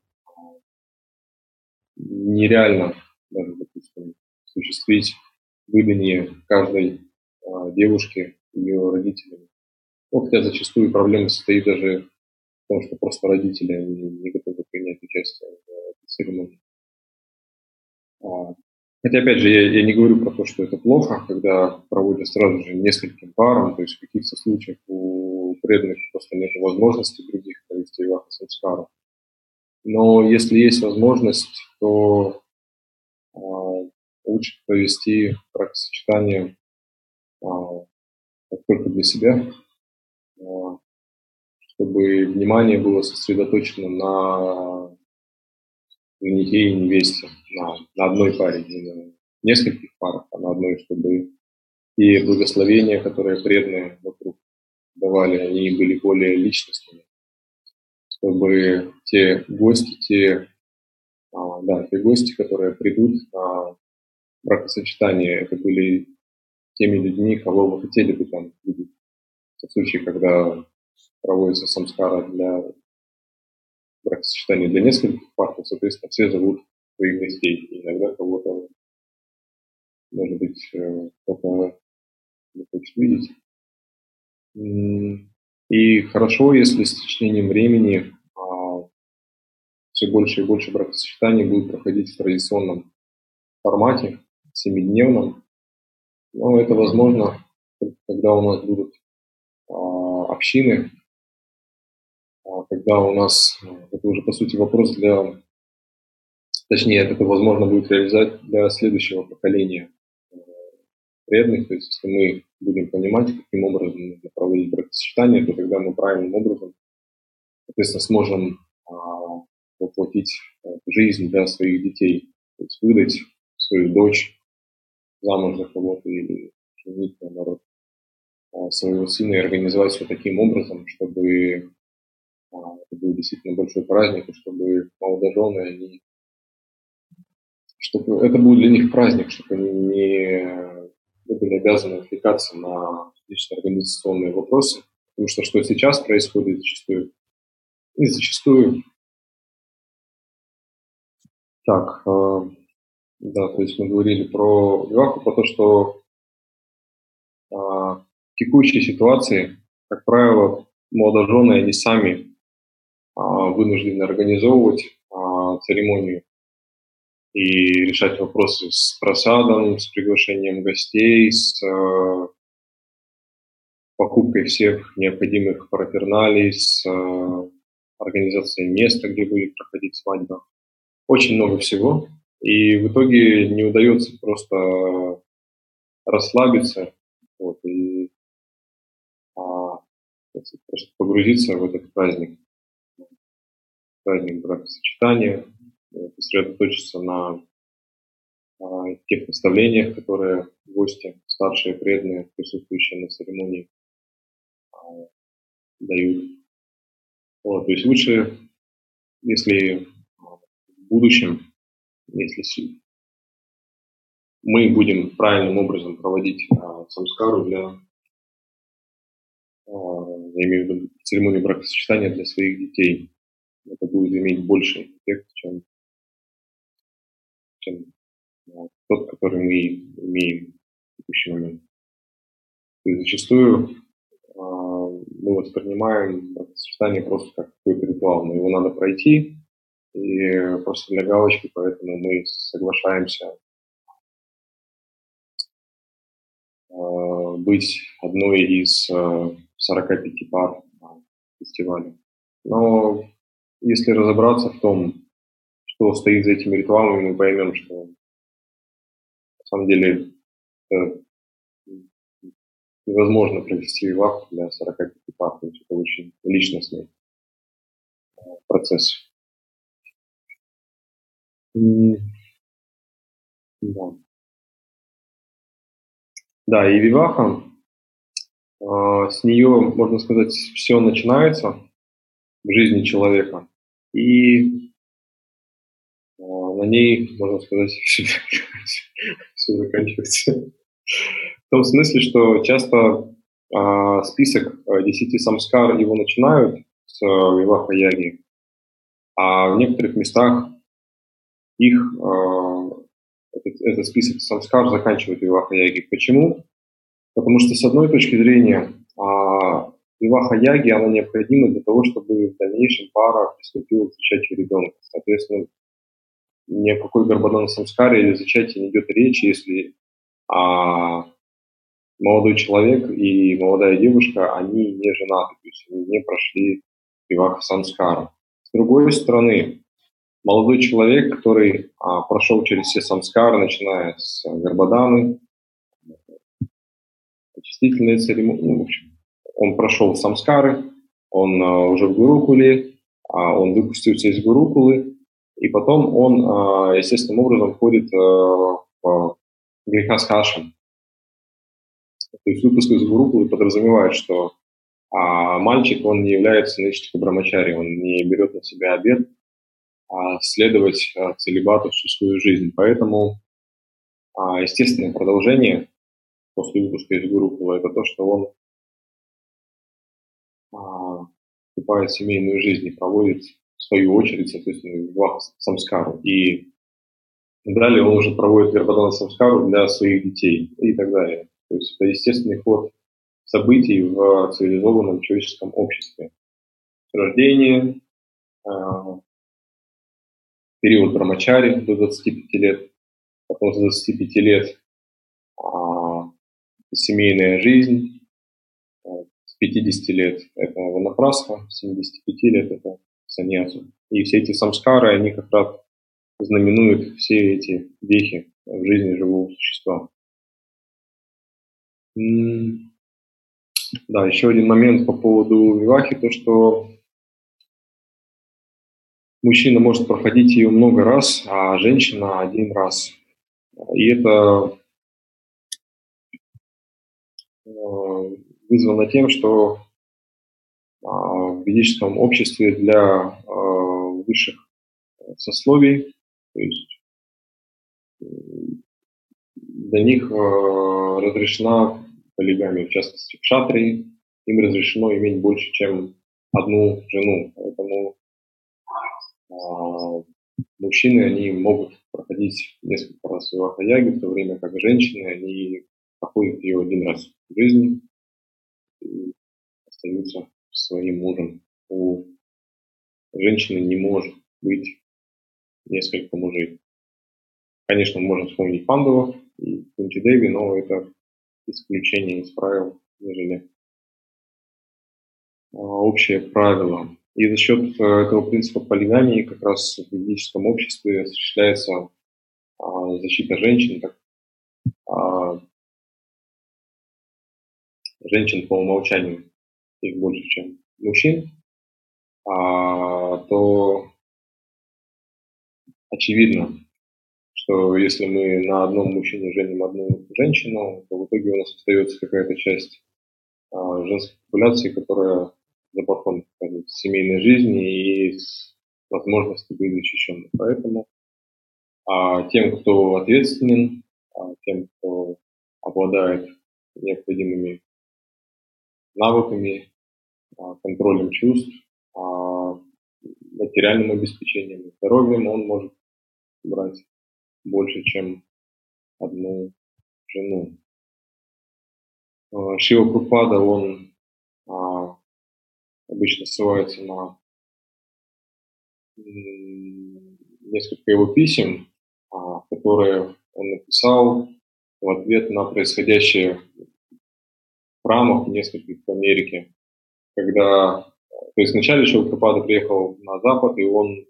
нереально даже, допустим, осуществить выдание каждой а, девушки ее родителям. Ну, хотя зачастую проблема состоит даже в том, что просто родители не, не готовы принять участие в этой церемонии. А, хотя, опять же, я, я не говорю про то, что это плохо, когда проводят сразу же нескольким парам, то есть в каких-то случаях у преданных просто нет возможности других провести ваха самскару. Но если есть возможность, то а, лучше провести бракосочетание а, только для себя, а, чтобы внимание было сосредоточено на женихе и невесте, на, на одной паре, не на нескольких парах, а на одной, чтобы и благословения, которые преданные вокруг давали, они были более личностными, чтобы те гости, те, а, да, те гости, которые придут на бракосочетание, это были теми людьми, кого вы хотели бы там видеть. В случае, когда проводится самскара для бракосочетания для нескольких пар, то, соответственно, все зовут своих гостей. И иногда кого-то, может быть, кто-то не хочет видеть. И хорошо, если с течением времени а, все больше и больше бракосочетаний будут проходить в традиционном формате, семидневном. Но это возможно, когда у нас будут а, общины, а, когда у нас, это уже по сути вопрос для, точнее, это возможно будет реализовать для следующего поколения преданных, то есть если мы будем понимать, каким образом нужно проводить бракосочетание, то тогда мы правильным образом, соответственно, сможем а, воплотить а, жизнь для своих детей, то есть выдать свою дочь замуж за кого-то или женить, наоборот, а, своего сына и организовать все таким образом, чтобы а, это был действительно большой праздник, и чтобы молодожены, они, чтобы это был для них праздник, чтобы они не были обязаны отвлекаться на лично организационные вопросы, потому что что сейчас происходит зачастую, и зачастую так, э, да, то есть мы говорили про виваху, про то, что э, в текущей ситуации, как правило, молодожены, они сами э, вынуждены организовывать э, церемонию и решать вопросы с просадом, с приглашением гостей, с э, покупкой всех необходимых параферналий, с э, организацией места, где будет проходить свадьба. Очень много всего. И в итоге не удается просто расслабиться вот, и а, просто погрузиться в этот праздник, праздник бракосочетания, сосредоточиться на а, тех наставлениях, которые гости, старшие преданные, присутствующие на церемонии, а, дают. Вот, то есть лучше, если в будущем, если мы будем правильным образом проводить а, самскару для, а, я имею в виду церемонию бракосочетания для своих детей, это будет иметь больший эффект, чем, чем а, тот, который мы имеем в текущий момент. То есть зачастую а, мы воспринимаем бракосочетание просто как какой-то ритуал, но его надо пройти, и просто для галочки, поэтому мы соглашаемся быть одной из сорока пяти пар на фестивале. Но если разобраться в том, что стоит за этими ритуалами, мы поймем, что на самом деле это невозможно провести виваху для сорока пяти пар, то есть это очень личностный процесс. Да. Да, и виваха, с нее, можно сказать, все начинается в жизни человека, и на ней, можно сказать, все заканчивается. В том смысле, что часто а, список десяти самскар его начинают с виваха-яги, а в некоторых местах их а, этот, этот список самскар заканчивают виваха-яги. Почему? Потому что, с одной точки зрения, а, виваха-яги, она необходима для того, чтобы в дальнейшем пара приступила к зачатию ребенка. Соответственно, ни о какой гарбадан самскаре или зачатии не идет речи, если а, молодой человек и молодая девушка, они не женаты, то есть они не прошли виваха самскара. С другой стороны, молодой человек, который а, прошел через все самскары, начиная с гарбаданы, очистительные церемонии, ну, в общем, он прошел самскары, он а, уже в гурукуле, а, он выпустился из гурукулы, и потом он, а, естественным образом, входит а, в грехаскашам. То есть выпуск из гурукулы подразумевает, что а, мальчик, он не является нечто брамачари, он не берет на себя обет а, следовать а, целибату всю свою жизнь. Поэтому а, естественное продолжение после выпуска из гурукула это то, что он а, вступает в семейную жизнь и проводит в свою очередь, соответственно, виваха самскару. И далее он уже проводит гарбадана самскару для своих детей и так далее. То есть это естественный ход событий в цивилизованном человеческом обществе. Рождение, период брамачари до двадцати пяти лет, потом с двадцати пяти лет семейная жизнь, с пятидесяти лет это ванапрастха, с семидесяти пяти лет это саньясу. И все эти самскары, они как раз знаменуют все эти вехи в жизни живого существа. Да, еще один момент по поводу вивахи, то что мужчина может проходить ее много раз, а женщина один раз. И это вызвано тем, что в ведическом обществе для высших сословий, то есть для них разрешена полигамия, в частности в кшатрии, им разрешено иметь больше, чем одну жену. Поэтому а, мужчины, они могут проходить несколько раз виваха-яги, в то время как женщины, они проходят ее один раз в жизни и остаются своим мужем. У женщины не может быть несколько мужей. Конечно, мы можем вспомнить пандавов и Кунти-деви, но это исключение из правил, нежели а, общее правило. И за счет этого принципа полигамии как раз в ведическом обществе осуществляется а, защита женщин, так, а, женщин по умолчанию, их больше, чем мужчин, а, то очевидно, что если мы на одном мужчине женим одну женщину, то в итоге у нас остается какая-то часть а, женской популяции, которая за бортом семейной жизни и с возможностью быть защищенной. Поэтому а, тем, кто ответственен, а, тем, кто обладает необходимыми навыками, а, контролем чувств, а, материальным обеспечением, здоровьем, он может брать больше, чем одну жену. Шива Прабхупада, он а, обычно ссылается на несколько его писем, а, которые он написал в ответ на происходящее в храмах нескольких в Америке, когда, то есть вначале Шива Прабхупада приехал на Запад, и он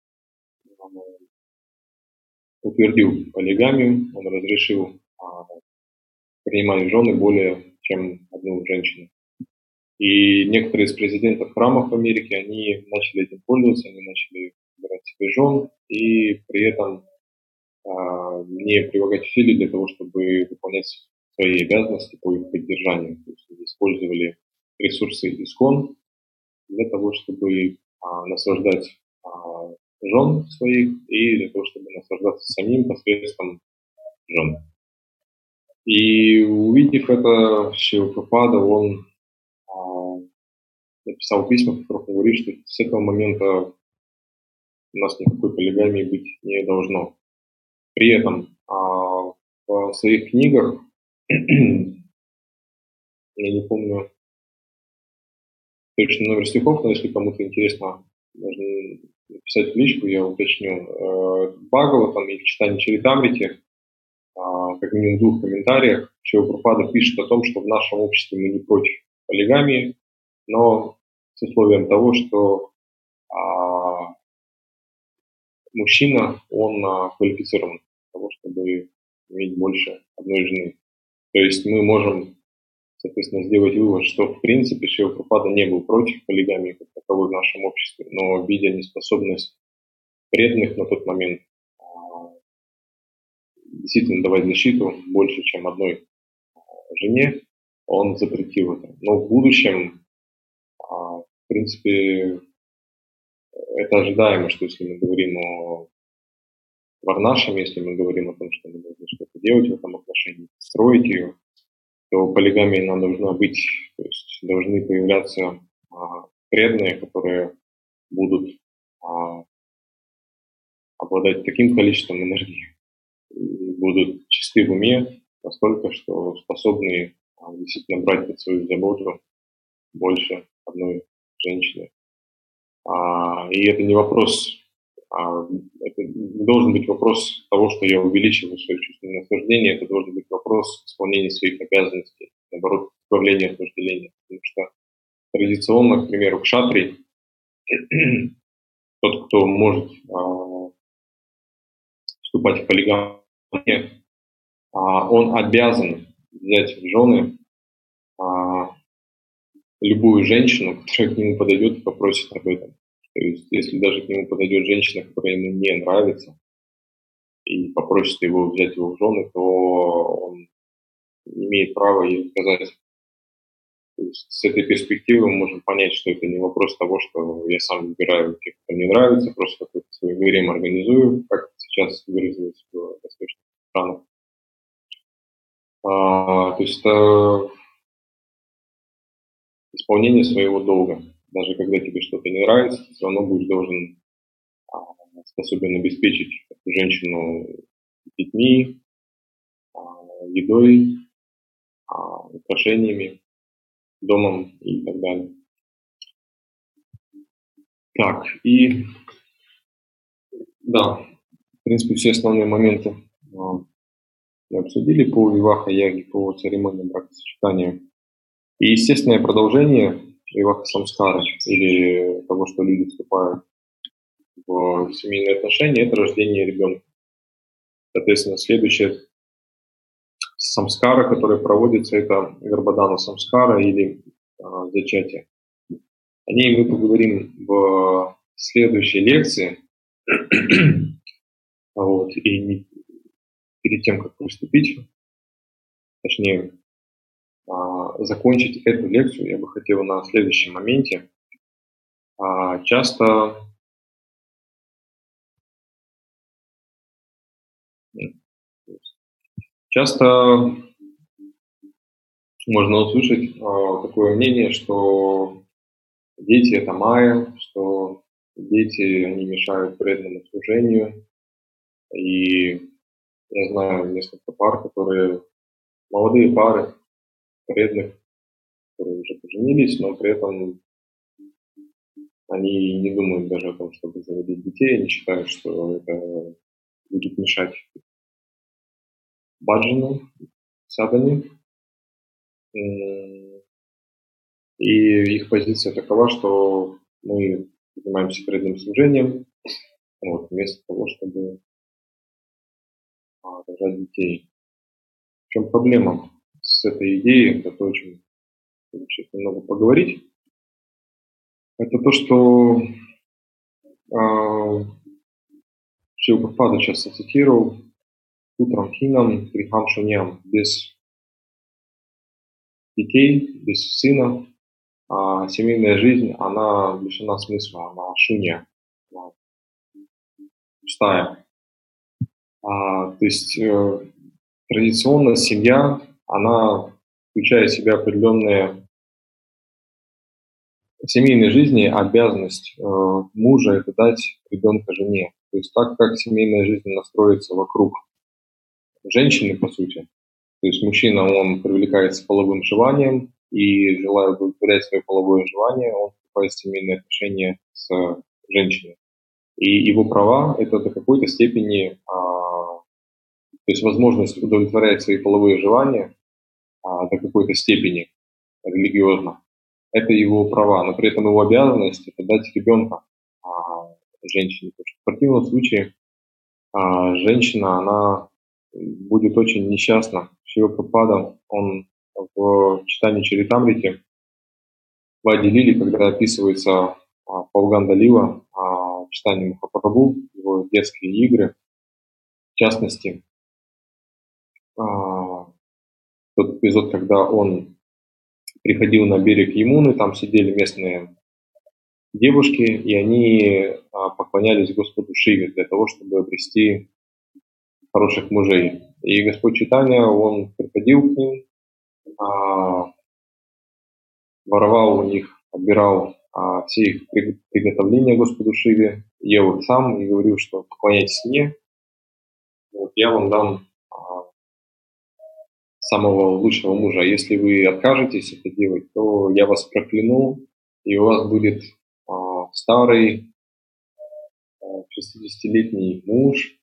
утвердил полигамию, он разрешил а, принимать в жены более чем одну женщину. И некоторые из президентов храмов в Америке, они начали этим пользоваться, они начали выбирать себе жен, и при этом а, не прилагать усилий для того, чтобы выполнять свои обязанности по их поддержанию. То есть они использовали ресурсы ИСКОН для того, чтобы а, наслаждать а, жен своих и для того, чтобы наслаждаться самим посредством жен. И увидев это, Шрила Прабхупада, он а, написал письма, в которых говорит, что с этого момента у нас никакой полигамии быть не должно. При этом а, в своих книгах, я не помню точно номер стихов, но если кому-то интересно, можно написать в личку, я уточню. В Бхагаватам и в читании Чаритамрити, как минимум в двух комментариях, Шрила Прабхупада пишет о том, что в нашем обществе мы не против полигамии, но с условием того, что а, мужчина, он а, квалифицирован для того, чтобы иметь больше одной жены. То есть мы можем, соответственно, сделать вывод, что в принципе Шрила Прабхупада не был против полигамии как таковой в нашем обществе, но видя неспособность преданных на тот момент а, действительно давать защиту больше, чем одной жене, он запретил это. Но в будущем, а, в принципе, это ожидаемо, что если мы говорим о варнашаме, если мы говорим о том, что мы должны что-то делать в этом отношении, строить ее, то полигамия нам должна быть, то есть должны появляться а, преданные, которые будут а, обладать таким количеством энергии, и будут чисты в уме настолько, что способны а, действительно брать под свою заботу больше одной женщины. А, и это не вопрос, а, это не должен быть вопрос того, что я увеличиваю свое чувственное наслаждение, это должен быть вопрос исполнения своих обязанностей, наоборот, избавления от вожделения. Потому что традиционно, к примеру, кшатрий, тот, кто может а, вступать в полигамию, а, он обязан взять в жены а, любую женщину, которая к нему подойдет и попросит об этом. То есть, если даже к нему подойдет женщина, которая ему не нравится, и попросит его взять его в жены, то он имеет право ей отказать. То есть, с этой перспективы мы можем понять, что это не вопрос того, что я сам выбираю тех, кто мне нравится, просто какой-то свой гарем организую, как сейчас выразилось в восточных странах. А, то есть это исполнение своего долга. Даже когда тебе что-то не нравится, ты все равно будешь должен а, способен обеспечить эту женщину детьми, а, едой, а, украшениями, домом и так далее. Так, и да, в принципе, все основные моменты а, мы обсудили по виваха-яге, по церемонии бракосочетания. И естественное продолжение виваха-самскара, или того, что люди вступают в семейные отношения, это рождение ребенка. Соответственно, следующее самскара, которое проводится, это гарбадана самскара или а, зачатие. О ней мы поговорим в следующей лекции. Вот. И не, перед тем, как приступить, точнее, а, закончить эту лекцию, я бы хотел на следующем моменте. А, часто часто можно услышать а, такое мнение, что дети – это майя, что дети, они мешают преданному служению. И я знаю несколько пар, которые, молодые пары, преданных, которые уже поженились, но при этом они не думают даже о том, чтобы заводить детей. Они считают, что это будет мешать баджану, садхане. И их позиция такова, что мы занимаемся преданным служением, вот, вместо того, чтобы а, рожать детей. В чем проблема с этой идеей? Это очень сейчас немного поговорить. Это то, что э, Шрила Прабхупада сейчас цитировал: «Утрам хинам грехам шуньям». Без детей, без сына а семейная жизнь, она лишена смысла, она шунья, она пустая. А, то есть э, традиционно семья, она включает в себя определенные в семейной жизни обязанность э, мужа – это дать ребенка жене. То есть так как семейная жизнь настроится вокруг женщины, по сути, то есть мужчина, он привлекается половым желанием, и, желая удовлетворять свое половое желание, он вступает в семейные отношения с женщиной. И его права – это до какой-то степени, а, то есть возможность удовлетворять свои половые желания а, до какой-то степени религиозно. Это его права, но при этом его обязанность – это дать ребенка а, женщине. Потому что в противном случае а, женщина, она будет очень несчастна. Шрила Прабхупада, он в читании Чаритамрити в Ади Лиле, когда описывается а, Пауганда Лила, а, читание Махапрабху, его детские игры, в частности, а, тот эпизод, когда он приходил на берег Ямуны, там сидели местные девушки, и они а, поклонялись Господу Шиве для того, чтобы обрести хороших мужей. И Господь Чайтанья, он приходил к ним, а, воровал у них, отбирал а, все их приготовления Господу Шиве, ел их сам и говорил, что поклоняйтесь мне, вот, я вам дам а, самого лучшего мужа. А если вы откажетесь это делать, то я вас прокляну, и у вас будет а, старый шестидесятилетний муж,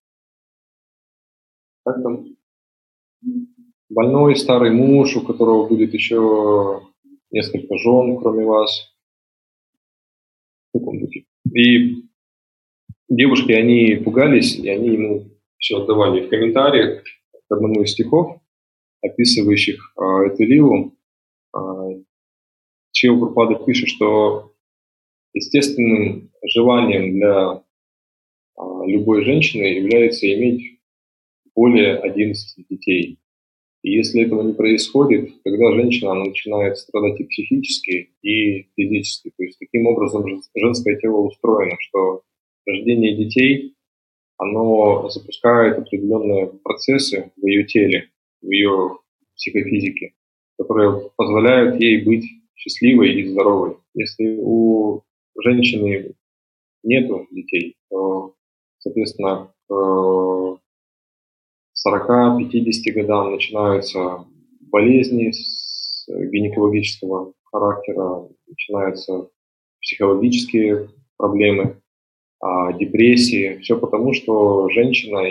как там, больной старый муж, у которого будет еще несколько жен, кроме вас. В таком духе. И девушки, они пугались, и они ему все отдавали. В комментариях к одному из стихов, описывающих а, эту лилу, а, Шрила Прабхупада пишет, что естественным желанием для а, любой женщины является иметь более одиннадцати детей. И если этого не происходит, тогда женщина она начинает страдать и психически, и физически. То есть таким образом женское тело устроено, что рождение детей, оно запускает определенные процессы в ее теле, в ее психофизике, которые позволяют ей быть счастливой и здоровой. Если у женщины нету детей, то, соответственно, к сорока-пятидесяти годам начинаются болезни гинекологического характера, начинаются психологические проблемы, депрессии. Все потому, что женщина,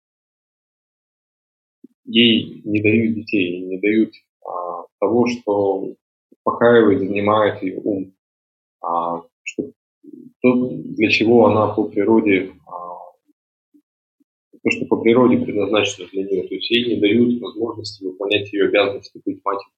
ей не дают детей, не дают а, того, что успокаивает, занимает ее ум, а, что, то, для чего она по природе а, то, что по природе предназначено для нее. То есть ей не дают возможности выполнять ее обязанности быть матерью.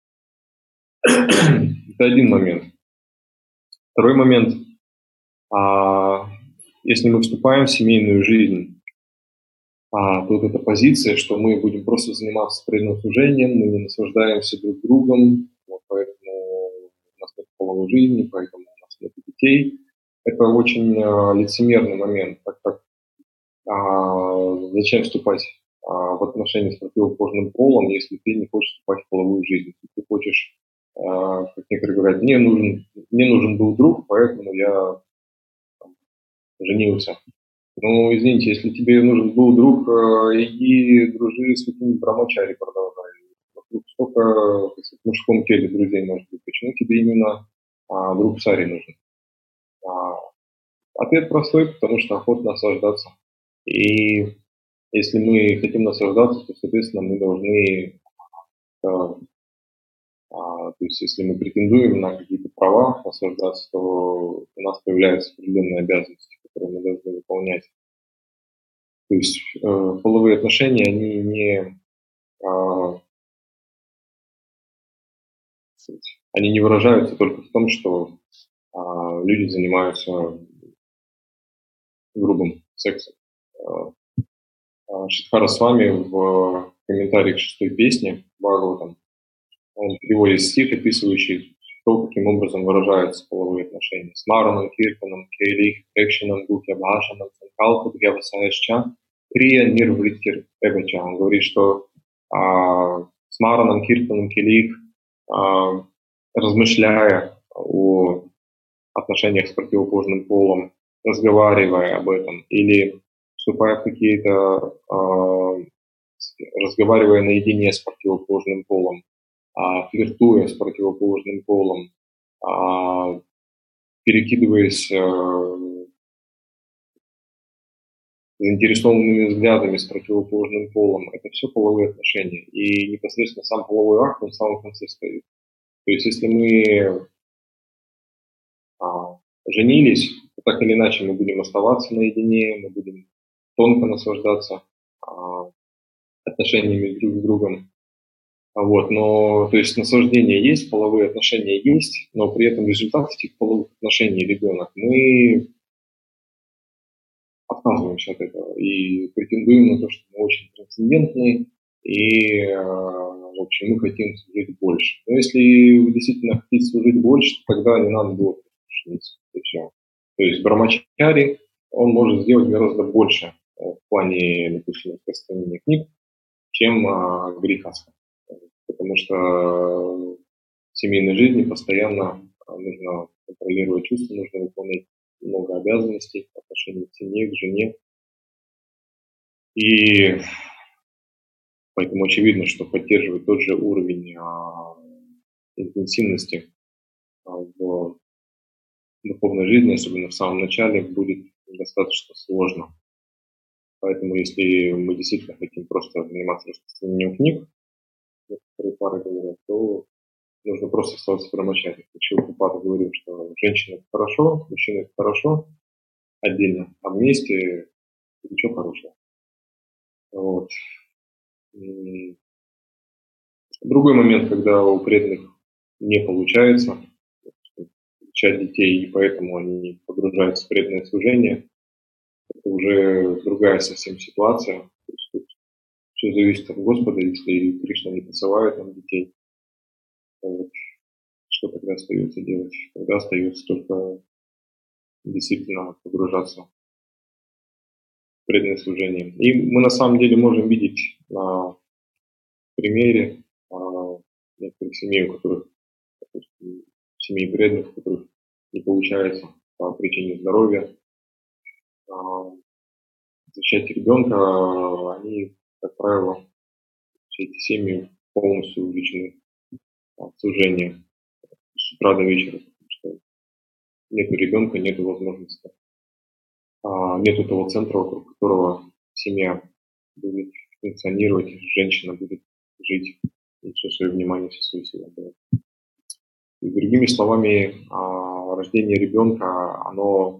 Это один момент. Второй момент. А, если мы вступаем в семейную жизнь, а, то вот эта позиция, что мы будем просто заниматься преданным служением, мы не наслаждаемся друг другом, вот поэтому у нас нет половой жизни, поэтому у нас нет детей. Это очень а, лицемерный момент, так как А, зачем вступать а, в отношения с противоположным полом, если ты не хочешь вступать в половую жизнь? Если ты хочешь, а, как некоторые говорят, мне нужен, мне нужен был друг, поэтому я там, женился. Ну, извините, если тебе нужен был друг, а, иди дружи с каким-нибудь брамачари, продолжай. Вокруг столько, сказать, в мужском теле друзей может быть. Почему тебе именно а, друг цари нужен? А, ответ простой, потому что охота наслаждаться. И если мы хотим наслаждаться, то, соответственно, мы должны, а, а, то есть если мы претендуем на какие-то права наслаждаться, то у нас появляются определенные обязанности, которые мы должны выполнять. То есть э, половые отношения, они не, а, они не выражаются только в том, что а, люди занимаются грубым сексом. Шидхара с вами в комментариях шестой песни Бхагаватам, он приводит стих, описывающий то, каким образом выражаются половые отношения. Смаранам, киртанам, кейлих, экшенам, гухья, бхашанам, санкалпу, дхьявасаяшча, крия, нирвриттир, эбача. Он говорит, что а, смаранам, киртанам, кейлих, а, размышляя о отношениях с противоположным полом, разговаривая об этом или вступая в какие-то, э, разговаривая наедине с противоположным полом, э, флиртуя с противоположным полом, э, перекидываясь э, заинтересованными взглядами с противоположным полом, это все половые отношения. И непосредственно сам половой акт, он в самом конце стоит. То есть если мы а, женились, то так или иначе мы будем оставаться наедине, мы будем тонко наслаждаться а, отношениями друг с другом. А вот, но, то есть наслаждение есть, половые отношения есть, но при этом результат этих половых отношений ребенок, мы отказываемся от этого и претендуем на то, что мы очень трансцендентны и, э, в общем, мы хотим служить больше. Но если вы действительно хотите служить больше, то тогда не надо было жениться. И все. То есть брамачари, он может сделать гораздо больше в плане, допустим, распространения книг, чем э, грехаска. Потому что в семейной жизни постоянно нужно контролировать чувства, нужно выполнять много обязанностей по отношению к семье, к жене. И поэтому очевидно, что поддерживать тот же уровень а, интенсивности а, в духовной жизни, особенно в самом начале, будет достаточно сложно. Поэтому если мы действительно хотим просто заниматься распространением книг, некоторые пары говорят, то нужно просто оставаться брамачари. Шила-Прабхупада говорил, что женщина это хорошо, мужчина это хорошо отдельно, а вместе ничего хорошего. Вот. Другой момент, когда у преданных не получается обучать детей, и поэтому они погружаются в преданное служение, это уже другая совсем ситуация. То есть тут все зависит от Господа, если Кришна не посылает нам детей, вот, что тогда остается делать? Тогда остается только действительно погружаться в преданное служение. И мы на самом деле можем видеть на примере а, некоторых семей, у которых, допустим, семей преданных, у которых не получается по причине здоровья а, защищать ребенка, они, как правило, все эти семьи полностью увлечены а, в служении с утра до вечера, потому что нет ребенка, нет возможности, а, нету того центра, вокруг которого семья будет функционировать, женщина будет жить и все свое внимание, все свои силы отдавать. И другими словами, а, рождение ребенка, оно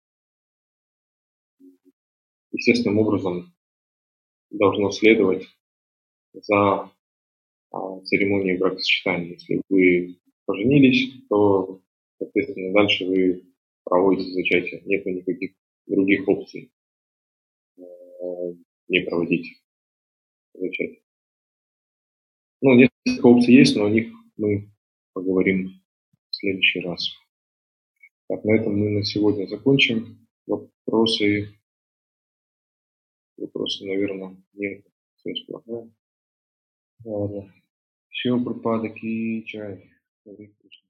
естественным образом должно следовать за а, церемонией бракосочетания. Если вы поженились, то, соответственно, дальше вы проводите зачатие. Нет никаких других опций э, не проводить зачатие. Ну, несколько опций есть, но о них мы поговорим в следующий раз. Так, на этом мы на сегодня закончим. Вопросы, вопросы, наверное, нет. Связь плохая. Ладно. Все, Прабхупада ки чай.